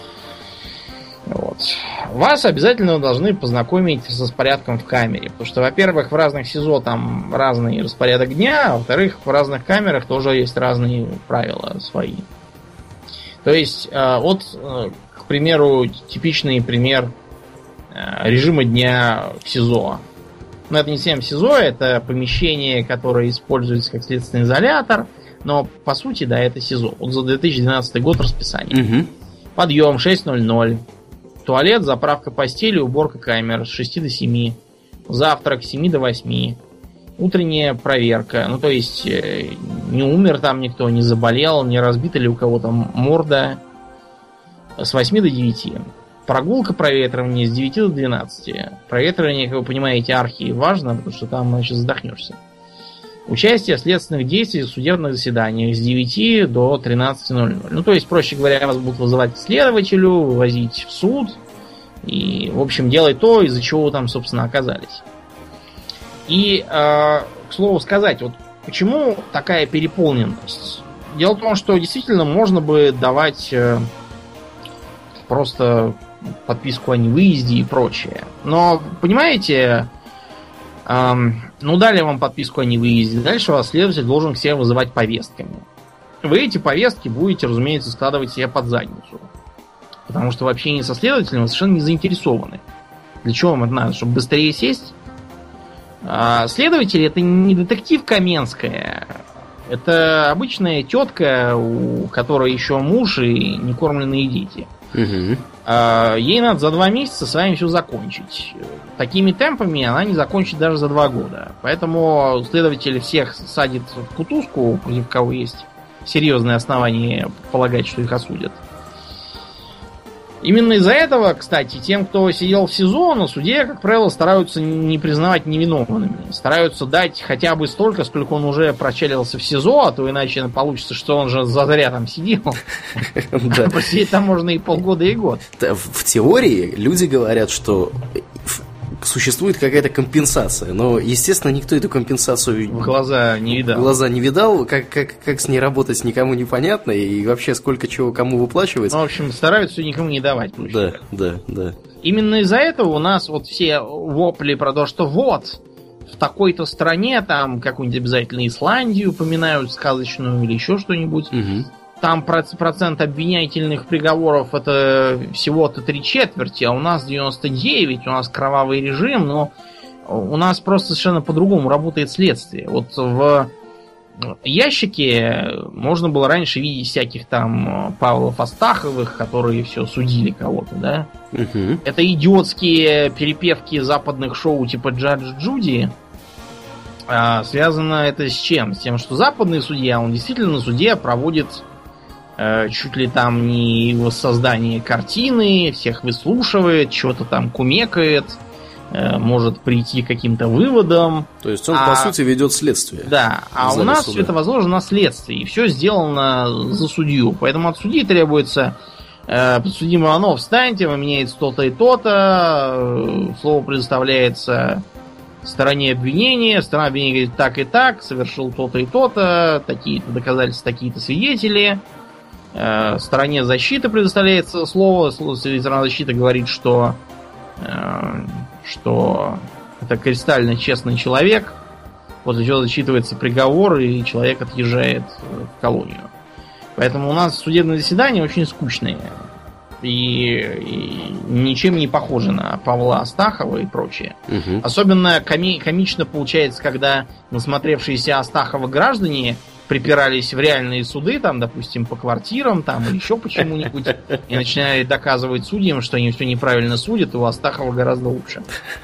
Вот. Вас обязательно должны познакомить с распорядком в камере. Потому что, во-первых, в разных СИЗО там разный распорядок дня, а во-вторых, в разных камерах тоже есть разные правила свои. То есть, вот, к примеру, типичный пример режима дня в СИЗО. Но это не совсем СИЗО, это помещение, которое используется как следственный изолятор, но по сути, да, это СИЗО. Вот за две тысячи двенадцатый год расписание. Угу. Подъем шесть ноль ноль. Туалет, заправка постели, уборка камер с шести до семи. Завтрак с семи до восьми. Утренняя проверка. Ну, то есть, не умер там никто, не заболел, не разбита ли у кого-то морда. С восьми до девяти. Прогулка, проветривание с девяти до двенадцати. Проветривание, как вы понимаете, архи важно, потому что там, значит, задохнешься. Участие в следственных действиях в судебных заседаниях с девяти до тринадцати ноль ноль. Ну, то есть, проще говоря, вас будут вызывать к следователю, вывозить в суд и, в общем, делать то, из-за чего вы там, собственно, оказались. И, э, к слову сказать, вот почему такая переполненность? Дело в том, что действительно можно бы давать э, просто подписку о невыезде и прочее. Но, понимаете, эм, ну дали вам подписку о невыезде, дальше вас следователь должен к себе вызывать повестками. Вы эти повестки будете, разумеется, складывать себе под задницу. Потому что в общении со следователем вы совершенно не заинтересованы. Для чего вам это надо? Чтобы быстрее сесть? А следователь это не детектив Каменская. Это обычная тетка, у которой еще муж и некормленные дети. Угу. Ей надо за два месяца с вами все закончить. Такими темпами она не закончит даже за два года. Поэтому следователь всех садит в кутузку, против кого есть серьезные основания полагать, что их осудят. Именно из-за этого, кстати, тем, кто сидел в СИЗО, на суде, как правило, стараются не признавать невиновными. Стараются дать хотя бы столько, сколько он уже прочалился в СИЗО, а то иначе получится, что он же зазря там сидел. Посидеть там можно и полгода, и год. В теории люди говорят, что существует какая-то компенсация, но, естественно, никто эту компенсацию в глаза не видал. В глаза не видал, как, как, как с ней работать никому непонятно, и вообще сколько чего кому выплачивается. Ну, в общем, стараются никому не давать. Да, да, да. Именно из-за этого у нас вот все вопли про то, что вот, в такой-то стране, там какую-нибудь обязательно Исландию упоминают, сказочную или еще что-нибудь. Угу. Там процент обвинительных приговоров это всего-то три четверти, а у нас девяносто девять, у нас кровавый режим, но у нас просто совершенно по-другому работает следствие. Вот в ящике можно было раньше видеть всяких там Павлов Астаховых, которые все судили кого-то, да? Угу. Это идиотские перепевки западных шоу типа Джадж Джуди. А связано это с чем? С тем, что западный судья, он действительно на суде проводит э, чуть ли там не воссоздание картины, всех выслушивает, что-то там кумекает, э, может прийти к каким-то выводам. То есть он, а, по сути, ведет следствие. Да, а у нас суда. Все это возложено на следствие, и все сделано за судью. Поэтому от судьи требуется: э, подсудимый Иванов, встаньте, вы меняете то-то и то-то, э, слово предоставляется стороне обвинения, сторона обвинения говорит так и так, совершил то-то и то-то, такие-то доказательства, такие-то свидетели. Э, стороне защиты предоставляется слово, сторона защиты говорит, что, э, что это кристально честный человек, после чего зачитывается приговор, и человек отъезжает в колонию. Поэтому у нас судебные заседания очень скучные. И, и ничем не похожи на Павла Астахова и прочее. Угу. Особенно коми- комично получается, когда насмотревшиеся Астахова граждане припирались в реальные суды, там, допустим, по квартирам, там, или еще почему-нибудь, и начинали доказывать судьям, что они все неправильно судят, и у Астахова гораздо лучше.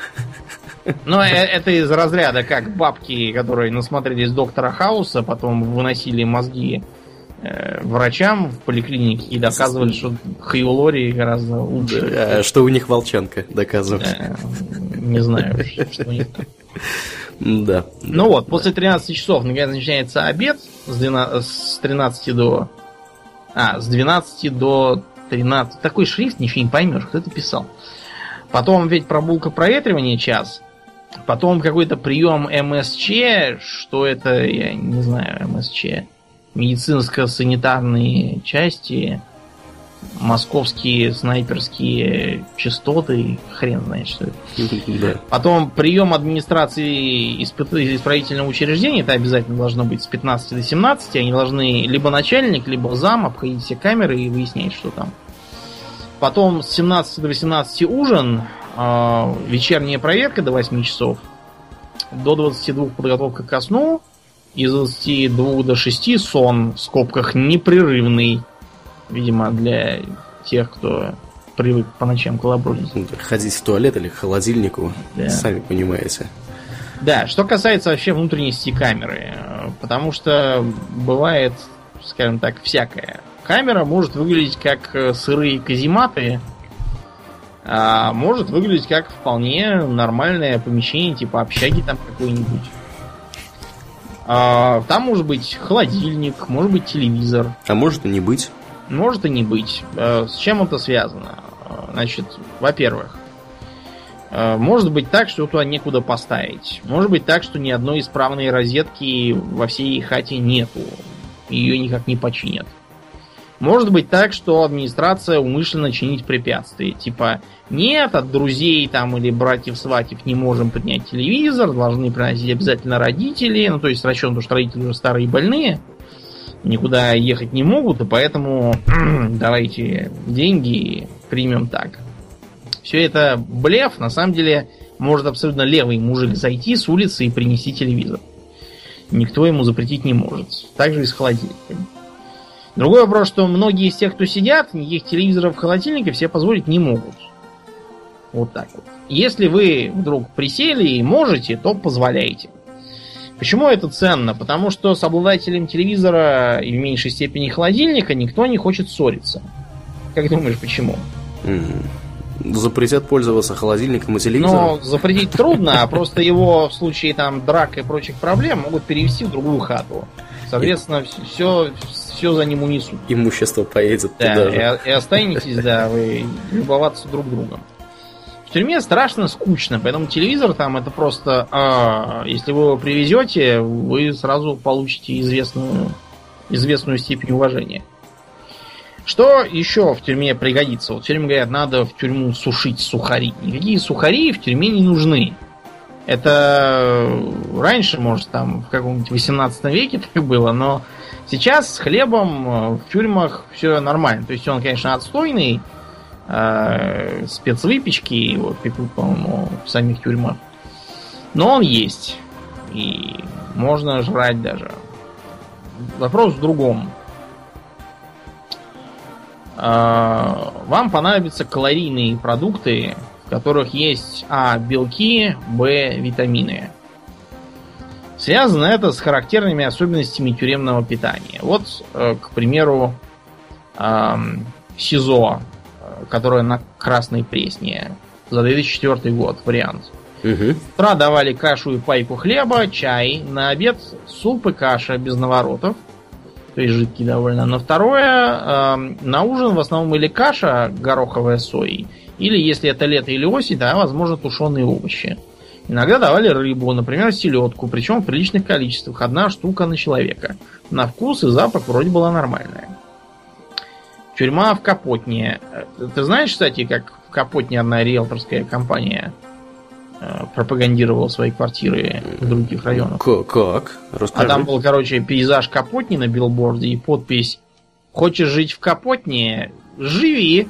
Но это из разряда, как бабки, которые насмотрелись доктора Хауса, потом выносили мозги врачам в поликлинике и доказывали, что Хьюлори гораздо лучше. А что у них волчанка доказывает. Да, не знаю, что у них там. Да. Ну вот, после тринадцати часов наконец начинается обед с, двенадцати, с тринадцати до... А, с двенадцати до тринадцати. Такой шрифт, ничего не поймешь, кто это писал. Потом ведь прогулка проветривания час. Потом какой-то прием эм эс че. Что это, я не знаю, эм эс че. Медицинско-санитарные части, московские снайперские частоты, хрен знает что это. Да. Потом прием администрации исправительного учреждения, это обязательно должно быть с пятнадцати до семнадцати, они должны либо начальник, либо зам обходить все камеры и выяснять, что там. Потом с семнадцати до восемнадцати ужин, э, вечерняя проверка до восьми часов, до двадцати двух подготовка ко сну, из двадцати двух до шести сон, в скобках непрерывный. Видимо, для тех, кто привык по ночам колобродить. Ходить в туалет или к холодильнику, да. Сами понимаете. Да, что касается вообще внутренности камеры. Потому что бывает, скажем так, всякое. Камера может выглядеть как сырые казематы, а может выглядеть как вполне нормальное помещение, типа общаги там какой-нибудь. Там может быть холодильник, может быть телевизор. А может и не быть. Может и не быть. С чем это связано? Значит, во-первых, может быть так, что туда некуда поставить. Может быть так, что ни одной исправной розетки во всей хате нету. Ее никак не починят. Может быть так, что администрация умышленно чинит препятствия. Типа, нет, от друзей там или братьев-сватьев не можем поднять телевизор, должны приносить обязательно родители. Ну, то есть, с расчетом, что родители уже старые и больные, никуда ехать не могут, и поэтому давайте деньги примем так. Все это блеф. На самом деле, может абсолютно левый мужик зайти с улицы и принести телевизор. Никто ему запретить не может. Так же и с холодильниками. Другой вопрос, что многие из тех, кто сидят, никаких телевизоров в холодильнике все позволить не могут. Вот так вот. Если вы вдруг присели и можете, то позволяйте. Почему это ценно? Потому что с обладателем телевизора и в меньшей степени холодильника никто не хочет ссориться. Как думаешь, почему? Mm-hmm. Запретят пользоваться холодильником и телевизором? Но запретить трудно, а просто его в случае там драк и прочих проблем могут перевести в другую хату. Соответственно, все, все за ним унесут. Имущество поедет да, туда же. И, и останетесь, да, вы любоваться друг другом. В тюрьме страшно скучно, поэтому телевизор там это просто... А, если вы его привезете, вы сразу получите известную, известную степень уважения. Что еще в тюрьме пригодится? Вот все время говорят, надо в тюрьму сушить сухари. Никакие сухари в тюрьме не нужны. Это раньше, может, там в каком-нибудь восемнадцатом веке так было, но сейчас с хлебом в тюрьмах все нормально. То есть он, конечно, отстойный, э, спецвыпечки его пекут, по-моему, в самих тюрьмах. Но он есть. И можно жрать даже. Вопрос в другом. Э, вам понадобятся калорийные продукты, в которых есть а. белки, б. витамины. Связано это с характерными особенностями тюремного питания. Вот, к примеру, СИЗО, которое на Красной Пресне, за две тысячи четвёртый год, вариант. Угу. С утра давали кашу и пайку хлеба, чай, на обед суп и каша без наворотов, то есть жидкий довольно. На второе, на ужин в основном или каша гороховая с соей, или, если это лето или осень, да, возможно, тушеные овощи. Иногда давали рыбу, например, селедку, причем в приличных количествах, одна штука на человека. На вкус и запах вроде была нормальная. Тюрьма в Капотне. Ты знаешь, кстати, как в Капотне одна риэлторская компания пропагандировала свои квартиры в других районах? Как? Расскажи. А там был, короче, пейзаж Капотни на билборде и подпись: «Хочешь жить в Капотне? Живи!»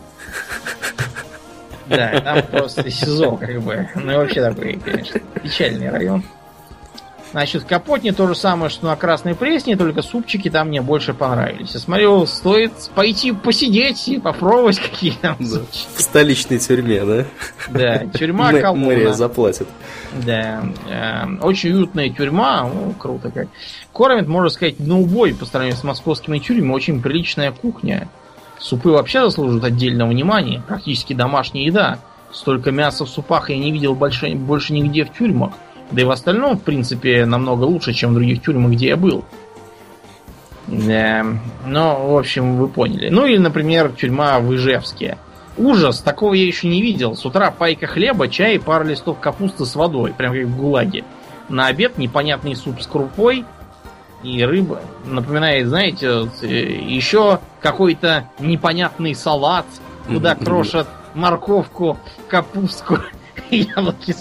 Да, там просто СИЗО, как бы. Ну и вообще такой, конечно, печальный район. Значит, в Капотне то же самое, что на Красной Пресне, только супчики там мне больше понравились. Я смотрю, стоит пойти посидеть и попробовать, какие там супчики. В столичной тюрьме, да? Да, тюрьма Коломна. Мэрия заплатит. Да, э, очень уютная тюрьма, ну, круто как. Кормят, можно сказать, на убой по сравнению с московскими тюрьмами, очень приличная кухня. Супы вообще заслуживают отдельного внимания. Практически домашняя еда. Столько мяса в супах я не видел больше, больше нигде в тюрьмах. Да и в остальном, в принципе, намного лучше, чем в других тюрьмах, где я был. Да. Ну, в общем, вы поняли. Ну или, например, тюрьма в Ижевске. Ужас, такого я еще не видел. С утра пайка хлеба, чай и пара листов капусты с водой. Прям как в ГУЛАГе. На обед непонятный суп с крупой и рыба. Напоминает, знаете, еще какой-то непонятный салат, куда крошат морковку, капустку и яблоки.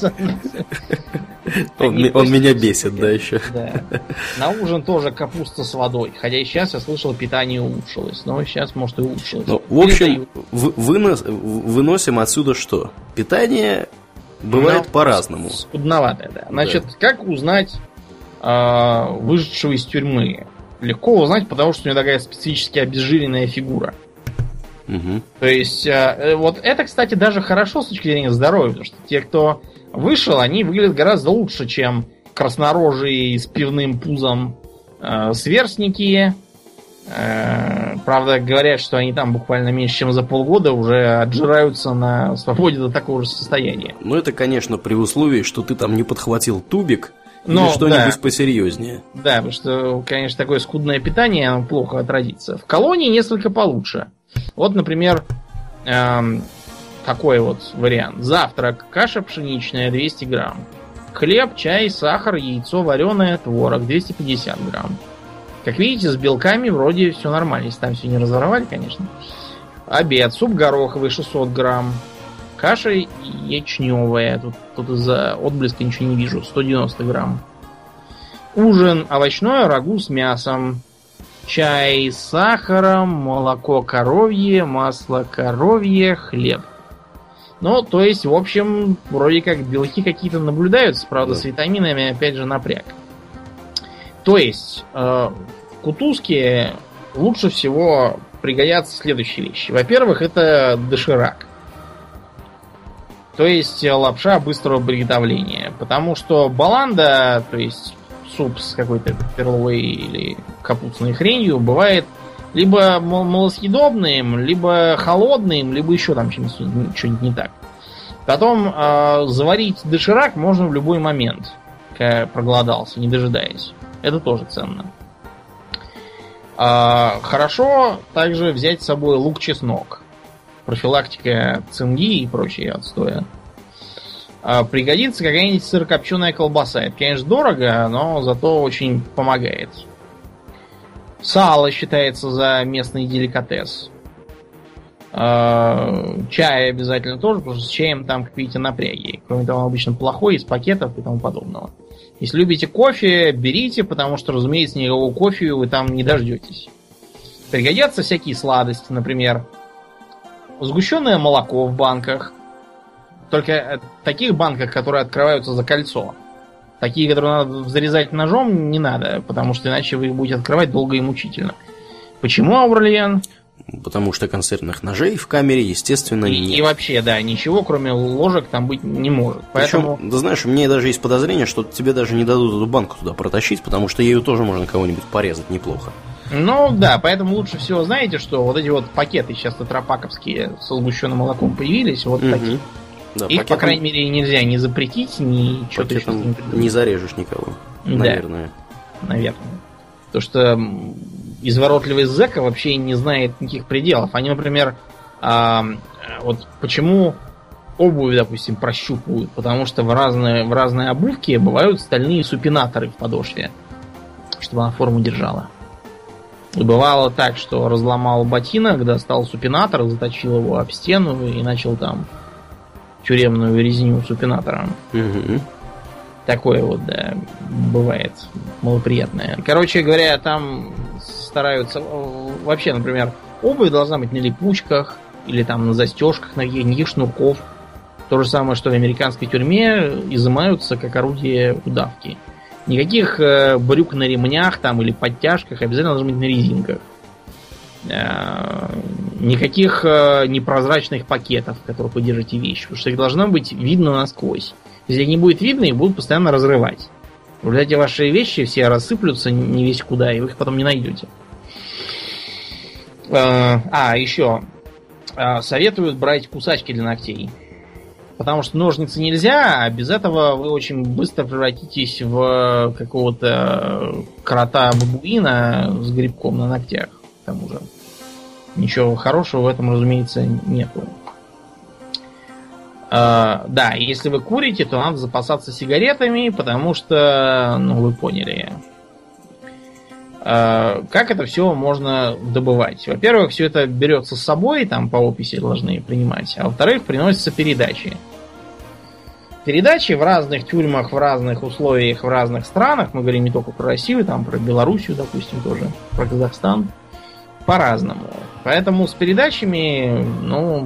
Он, он меня бесит, да, еще. Да. На ужин тоже капуста с водой. Хотя и сейчас, я слышал, питание улучшилось. Но сейчас, может, и улучшилось. Ну, в общем, вынос, выносим отсюда что? Питание бывает Но по-разному. Скудноватое, да. Значит, да. Как узнать э, выжившего из тюрьмы? Легко узнать, потому что у него такая специфически обезжиренная фигура. Угу. То есть, э, вот это, кстати, даже хорошо с точки зрения здоровья, потому что те, кто вышел, они выглядят гораздо лучше, чем краснорожие с пивным пузом э, сверстники. Э, правда, говорят, что они там буквально меньше, чем за полгода уже отжираются на свободе до такого же состояния. Ну, это, конечно, при условии, что ты там не подхватил тубик Но, или что-нибудь да. посерьезнее. Да, потому что, конечно, такое скудное питание, оно плохо отразится. В колонии несколько получше. Вот, например, эм, такой вот вариант. Завтрак. Каша пшеничная двести грамм. Хлеб, чай, сахар, яйцо вареное, творог двести пятьдесят грамм. Как видите, с белками вроде все нормально. Если там все не разворовали, конечно. Обед. Суп гороховый шестьсот грамм. Каша ячневая. Тут, тут из-за отблеска ничего не вижу. сто девяносто грамм. Ужин. Овощное рагу с мясом. Чай с сахаром, молоко коровье, масло коровье, хлеб. Ну, то есть, в общем, вроде как белки какие-то наблюдаются, правда, да. С витаминами, опять же, напряг. То есть, э, в кутузке лучше всего пригодятся следующие вещи. Во-первых, это доширак. То есть, лапша быстрого приготовления. Потому что баланда, то есть суп с какой-то перловой или капустной хренью, бывает либо малосъедобным, либо холодным, либо еще там что-нибудь, что-нибудь не так. Потом э, заварить доширак можно в любой момент, когда проголодался, не дожидаясь. Это тоже ценно. Э, хорошо также взять с собой лук-чеснок. Профилактика цинги и прочее отстоя. Пригодится какая-нибудь сырокопченая колбаса. Это, конечно, дорого, но зато очень помогает. Сало считается за местный деликатес. Чай обязательно тоже, потому что с чаем там, как видите, напряги. Кроме того, он обычно плохой, из пакетов и тому подобного. Если любите кофе, берите, потому что, разумеется, никакого кофе вы там не дождетесь. Пригодятся всякие сладости, например, сгущенное молоко в банках. Только в таких банках, которые открываются за кольцо. Такие, которые надо зарезать ножом, не надо, потому что иначе вы их будете открывать долго и мучительно. Почему, Аурлиен? Потому что консервных ножей в камере, естественно, и, нет. И вообще, да, ничего, кроме ложек, там быть не может. Поэтому... Причем, да знаешь, у меня даже есть подозрение, что тебе даже не дадут эту банку туда протащить, потому что ею тоже можно кого-нибудь порезать неплохо. Ну да, поэтому лучше всего, знаете, что вот эти вот пакеты сейчас тетрапаковские со сгущенным молоком появились, вот угу. такие. Да, их, пакетом... по крайней мере, нельзя ни запретить, ни что-то еще не, не зарежешь никого, да, наверное. Наверное. Потому что изворотливый зэка вообще не знает никаких пределов. Они, например, а, вот почему обувь, допустим, прощупывают, потому что в разные, в разные обувки бывают стальные супинаторы в подошве, чтобы она форму держала. И бывало так, что разломал ботинок, достал супинатор, заточил его об стену и начал там тюремную резню супинатором. Угу. Такое вот, да, бывает малоприятное. Короче говоря, там стараются... Вообще, например, обувь должна быть на липучках или там на застежках, на никаких шнурков. То же самое, что в американской тюрьме изымаются как орудие удавки. Никаких э, брюк на ремнях там или подтяжках, обязательно должны быть на резинках. Э, никаких э, непрозрачных пакетов, в которых вы держите вещи, потому что их должно быть видно насквозь. Если их не будет видно, их будут постоянно разрывать. В результате ваши вещи все рассыплются не весь куда, и вы их потом не найдете. Э, а, еще. Э, советуют брать кусачки для ногтей. Потому что ножницы нельзя, а без этого вы очень быстро превратитесь в какого-то крота-бабуина с грибком на ногтях. К тому же. Ничего хорошего в этом, разумеется, нету. Uh, да, если вы курите, то надо запасаться сигаретами, потому что, ну, вы поняли. Uh, как это все можно добывать? Во-первых, все это берется с собой, там по описи должны принимать, а во-вторых, приносятся передачи. Передачи в разных тюрьмах, в разных условиях, в разных странах, мы говорим не только про Россию, там про Белоруссию, допустим, тоже, про Казахстан, по-разному. Поэтому с передачами, ну...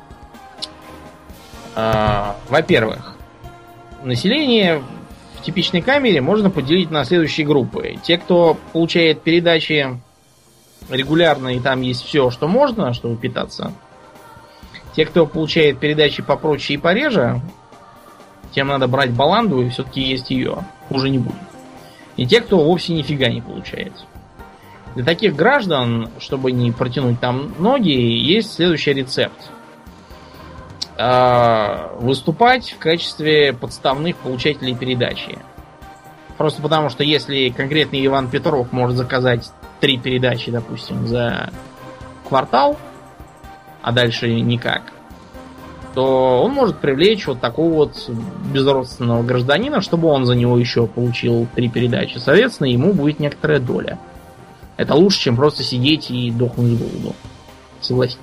Uh, во-первых, население в типичной камере можно поделить на следующие группы. Те, кто получает передачи регулярно, и там есть все, что можно, чтобы питаться. Те, кто получает передачи попроще и пореже, тем надо брать баланду, и все-таки есть ее. Хуже не будет. И те, кто вовсе нифига не получает. Для таких граждан, чтобы не протянуть там ноги, есть следующий рецепт. Выступать в качестве подставных получателей передачи. Просто потому, что если конкретный Иван Петров может заказать три передачи, допустим, за квартал, а дальше никак, то он может привлечь вот такого вот безродственного гражданина, чтобы он за него еще получил три передачи. Соответственно, ему будет некоторая доля. Это лучше, чем просто сидеть и дохнуть с голоду. Согласитесь.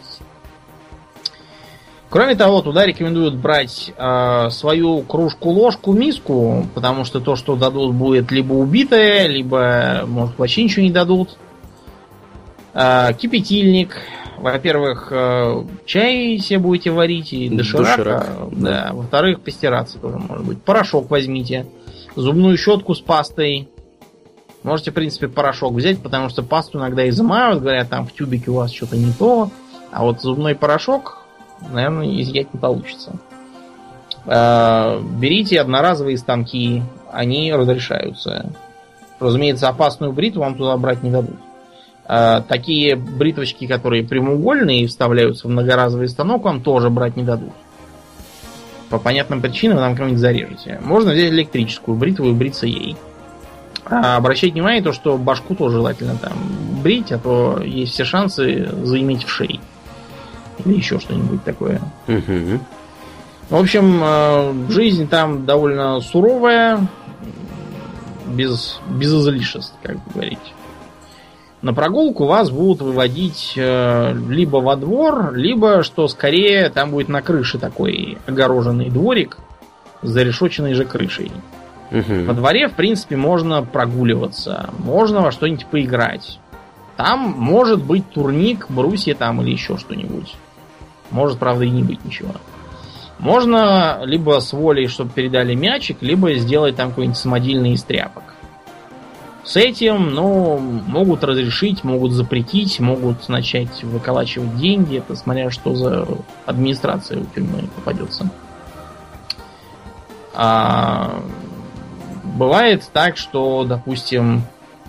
Кроме того, туда рекомендуют брать э, свою кружку-ложку, миску, потому что то, что дадут, будет либо убитое, либо, может, вообще ничего не дадут. Э, кипятильник. Во-первых, э, чай себе будете варить и доширака. Доширак, да. да. Во-вторых, постираться тоже может быть. Порошок возьмите. Зубную щетку с пастой. Можете, в принципе, порошок взять, потому что пасту иногда изымают, говорят, там в тюбике у вас что-то не то. А вот зубной порошок, наверное, изъять не получится. Берите одноразовые станки, они разрешаются. Разумеется, опасную бритву вам туда брать не дадут. Такие бритвочки, которые прямоугольные и вставляются в многоразовый станок, вам тоже брать не дадут. По понятным причинам вы там кого-нибудь зарежете. Можно взять электрическую бритву и бриться ей. А обращайте внимание, то, что башку тоже желательно там брить, а то есть все шансы заиметь в шее. Или еще что-нибудь такое. Угу. В общем, жизнь там довольно суровая, без, без излишеств, как бы говорить. На прогулку вас будут выводить э, либо во двор, либо, что скорее, там будет на крыше такой огороженный дворик с зарешоченной же крышей. Угу. Во дворе, в принципе, можно прогуливаться, можно во что-нибудь поиграть. Там может быть турник, брусья там или еще что-нибудь. Может, правда, и не быть ничего. Можно либо с волей, чтобы передали мячик, либо сделать там какой-нибудь самодельный из тряпок. С этим, ну, могут разрешить, могут запретить, могут начать выколачивать деньги. Это смотря что за администрация у тюрьмы попадется. А, бывает так, что, допустим,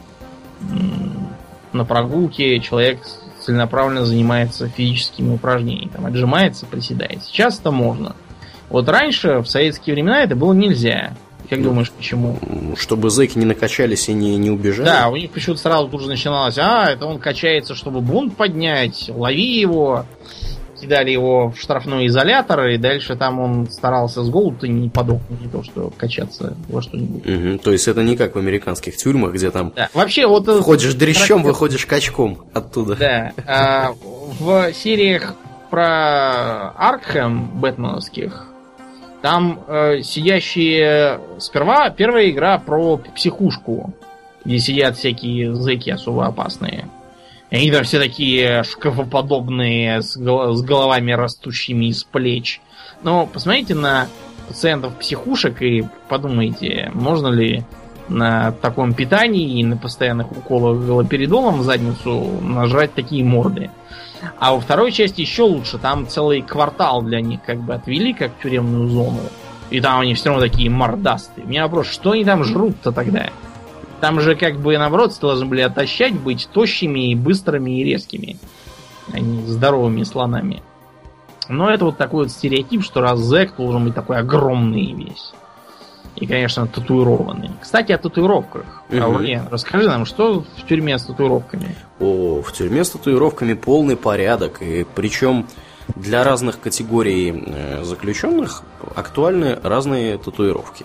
на прогулке человек целенаправленно занимается физическими упражнениями. Там отжимается, приседает. Сейчас это можно. Вот раньше, в советские времена, это было нельзя. Как думаешь, почему? Чтобы зэки не накачались и не, не убежали? Да, у них почему-то сразу тут же начиналось: а, это он качается, чтобы бунт поднять, лови его. Кидали его в штрафной изолятор, и дальше там он старался с голоду не подохнуть, не то что качаться во что-нибудь. Угу, то есть это не как в американских тюрьмах, где там да. Вообще, вот входишь дрищом, выходишь качком оттуда. Да. А, в сериях про Аркхэм бэтменовских там э, сидящие... Сперва первая игра про психушку, где сидят всякие зэки особо опасные. И они там все такие шкафоподобные, с, гол- с головами растущими из плеч. Но посмотрите на пациентов психушек и подумайте, можно ли на таком питании и на постоянных уколах галоперидолом в задницу нажрать такие морды. А во второй части еще лучше. Там целый квартал для них как бы отвели, как тюремную зону. И там они все равно такие мордастые. У меня вопрос, что они там жрут-то тогда? Там же как бы наоборот должны были отощать, быть тощими и быстрыми и резкими. А не здоровыми слонами. Но это вот такой вот стереотип, что раз зэк должен быть такой огромный весь. И, конечно, татуированный. Кстати, о татуировках. Угу. Аурлиен, расскажи нам, что в тюрьме с татуировками? О, в тюрьме с татуировками полный порядок. И причем для разных категорий заключенных актуальны разные татуировки.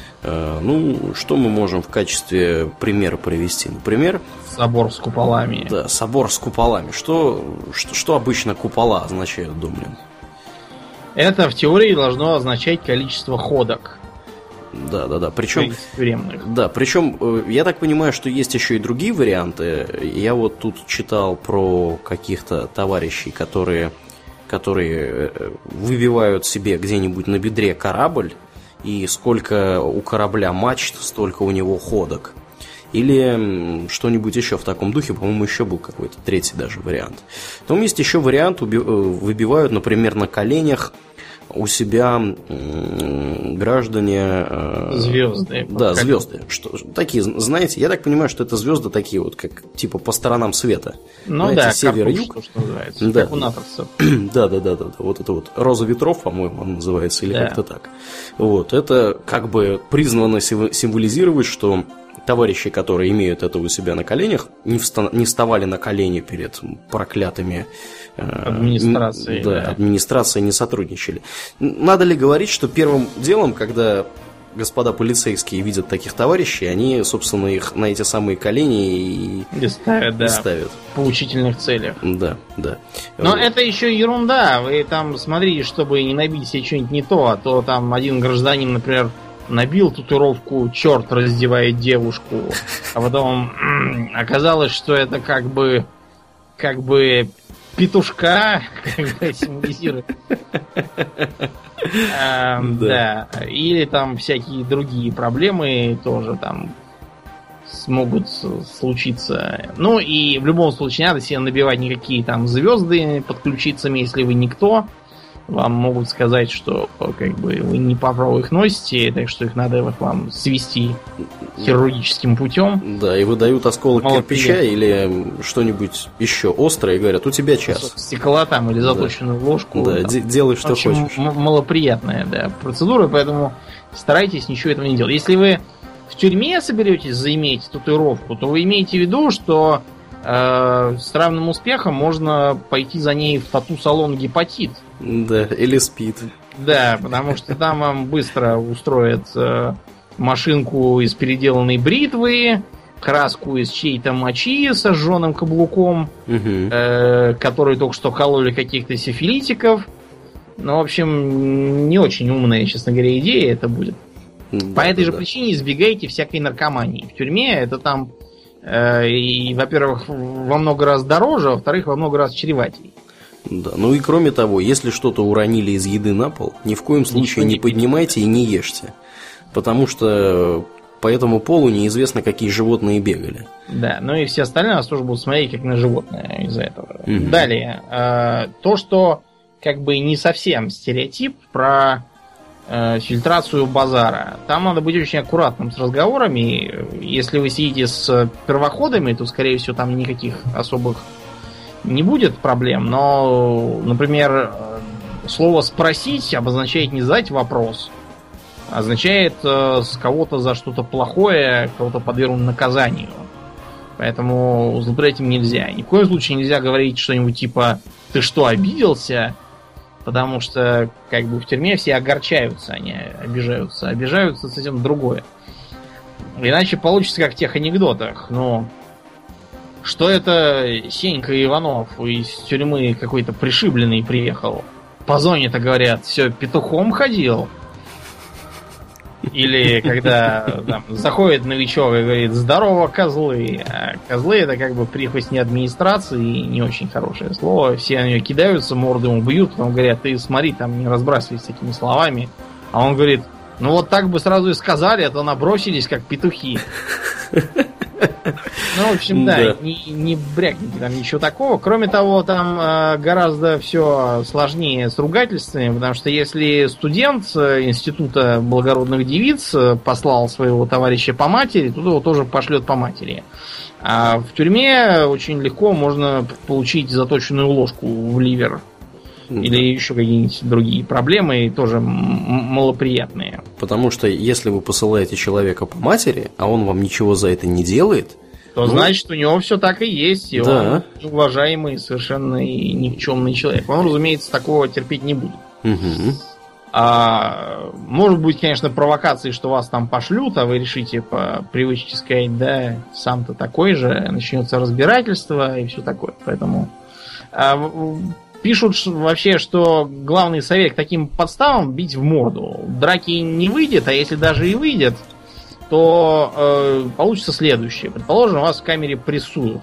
Ну, что мы можем в качестве примера привести? Например, собор с куполами. Да, собор с куполами. Что, что, что обычно купола означают, Домнин? Это в теории должно означать количество ходок. Да, да, да. Причем, тюремных. Да, причем я так понимаю, что есть еще и другие варианты. Я вот тут читал про каких-то товарищей, которые, которые выбивают себе где-нибудь на бедре корабль. И сколько у корабля мачт, столько у него ходок. Или что-нибудь еще в таком духе. По-моему, еще был какой-то третий даже вариант. Потом есть еще вариант, выбивают, например, на коленях у себя граждане... Звезды. Да, звезды. Что, такие, знаете, я так понимаю, что это звезды такие вот, как типа по сторонам света. Ну знаете, да, север-юг. Что, что называется, да. Как у натовцев. Да, да, да, да, да. Вот это вот роза ветров, по-моему, он называется, или да. Как-то так. Вот, это как бы призвано символизировать, что товарищи, которые имеют это у себя на коленях, не, вста- не вставали на колени перед проклятыми администрацией. Э, да, да, администрацией не сотрудничали. Надо ли говорить, что первым делом, когда господа полицейские видят таких товарищей, они, собственно, их на эти самые колени и, и ставят, да, и ставят. В поучительных целях. Да, да. Но вот. Это еще ерунда. Вы там смотрите, чтобы не набить себе что-нибудь не то, а то там один гражданин, например, набил татуировку «Черт раздевает девушку», а потом м-м, оказалось, что это как бы как бы петушка символизирует. Да. Или там всякие другие проблемы тоже там смогут случиться. Ну и в любом случае не надо себе набивать никакие там звезды под ключицами, если вы никто. Вам могут сказать, что как бы вы не по праву их носите, так что их надо вам свести хирургическим путем. Да, и выдают осколок Мало кирпича приятно. Или что-нибудь еще острое, и говорят, у тебя час. Стекла там или заточенную да. ложку. Да, там. делай, что в общем, хочешь. М- малоприятная, да, процедура, поэтому старайтесь ничего этого не делать. Если вы в тюрьме соберетесь заиметь татуировку, то вы имеете в виду, что э, с равным успехом можно пойти за ней в тату-салон «Гепатит». Да, или «Спид». Да, потому что там вам быстро устроят э, машинку из переделанной бритвы, краску из чьей-то мочи с сожженным каблуком, Угу. э, которые только что кололи каких-то сифилитиков. Ну, в общем, не очень умная, честно говоря, идея это будет. Да, По этой да, же да. причине избегайте всякой наркомании. В тюрьме это там, э, и, во-первых, во много раз дороже, а во-вторых, во много раз чреватей. Да, ну и кроме того, если что-то уронили из еды на пол, ни в коем случае не не поднимайте и не ешьте. Потому что по этому полу неизвестно, какие животные бегали. Да, ну и все остальные нас тоже будут смотреть как на животное из-за этого. Мгм. Далее, э, то, что как бы не совсем стереотип про э, фильтрацию базара. Там надо быть очень аккуратным с разговорами. Если вы сидите с первоходами, то, скорее всего, там никаких особых не будет проблем. Но, например, э, слово «спросить» обозначает не задать вопрос, а означает э, с кого-то за что-то плохое, кого-то подвергнуть наказанию. Поэтому злоупотреблять этим нельзя. Ни в коем случае нельзя говорить что-нибудь типа «ты что, обиделся?» Потому что как бы в тюрьме все огорчаются, они обижаются. Обижаются совсем другое. Иначе получится как в тех анекдотах. Ну, что это Сенька Иванов из тюрьмы какой-то пришибленный приехал? По зоне-то, говорят, все петухом ходил. Или когда там, заходит новичок и говорит «здорово, козлы». А козлы это как бы прихвостни администрации, и не очень хорошее слово. Все на нее кидаются, морды ему бьют, потом говорят: ты смотри, там не разбрасывайся такими словами. А он говорит: ну вот так бы сразу и сказали, а то набросились как петухи. Ну, в общем, да, Да. не, не брякните там ничего такого. Кроме того, там э, гораздо все сложнее с ругательствами, потому что если студент э, Института благородных девиц э, послал своего товарища по матери, то его тоже пошлет по матери. А в тюрьме очень легко можно получить заточенную ложку в ливер. Или еще какие-нибудь другие проблемы, и тоже м- малоприятные. Потому что если вы посылаете человека по матери, а он вам ничего за это не делает, То ну, значит, у него все так и есть, и да. он уважаемый, совершенно и никчемный человек. Он, разумеется, такого терпеть не будет. Угу. А, может быть, конечно, провокации, что вас там пошлют, а вы решите по привычке сказать: да, сам-то такой же, начнется разбирательство и все такое. Поэтому а, в- пишут ш- вообще, что главный совет к таким подставам — бить в морду. Драки не выйдет, а если даже и выйдет, то э, получится следующее. Предположим, вас в камере прессуют.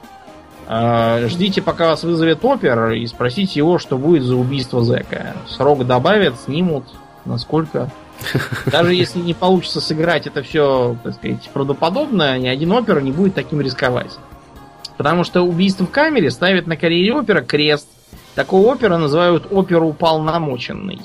Э, ждите, пока вас вызовет опер, и спросите его, что будет за убийство зэка. Срок добавят, снимут. Насколько? Даже если не получится сыграть это все, так сказать, правдоподобно, ни один опер не будет таким рисковать. Потому что убийство в камере ставит на карьере опера крест. Такого опера называют оперуполномоченный.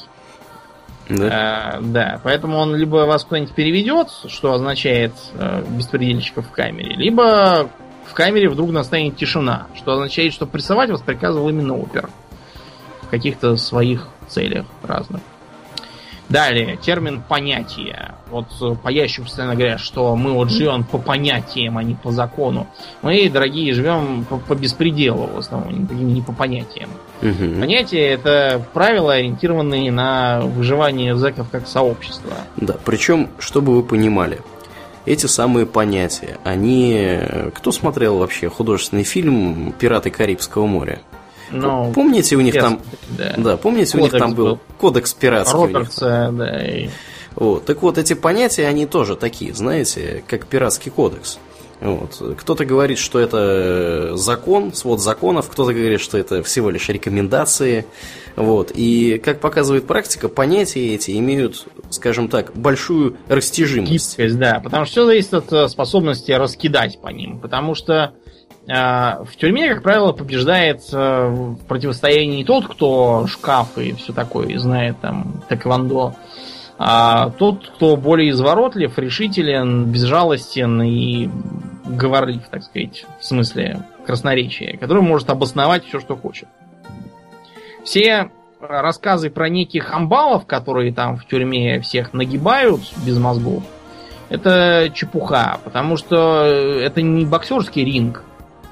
Да. Э, да, поэтому он либо вас куда-нибудь переведет, что означает э, беспредельщиков в камере, либо в камере вдруг настанет тишина, что означает, что прессовать вас приказывал именно опер в каких-то своих целях разных. Далее, термин «понятие». Вот э, по ящику постоянно говорят, что мы вот живем по понятиям, а не по закону. Мы, дорогие, живем по, по беспределу в основном, не, не по понятиям. Мгм. Понятия — это правила, ориентированные на выживание зэков как сообщества. Да, причем, чтобы вы понимали, эти самые понятия, они... Кто смотрел вообще художественный фильм «Пираты Карибского моря»? Но Помните, у них там... да. Да, помните, у них Кодекс там был был. кодекс пиратский у них. Робертса, да. И... Вот. Так вот, эти понятия, они тоже такие, знаете, как пиратский кодекс. Вот. Кто-то говорит, что это закон, свод законов, кто-то говорит, что это всего лишь рекомендации. Вот. И, как показывает практика, понятия эти имеют, скажем так, большую растяжимость. Гибкость, да. Потому что все зависит от э, способности раскидать по ним. Потому что э, в тюрьме, как правило, побеждает э, в противостоянии не тот, кто шкаф и все такое, и знает там тэквондо, а тот, кто более изворотлив, решителен, безжалостен и говорлив, так сказать, в смысле красноречия, который может обосновать все, что хочет. Все рассказы про неких амбалов, которые там в тюрьме всех нагибают без мозгов, это чепуха, потому что это не боксерский ринг.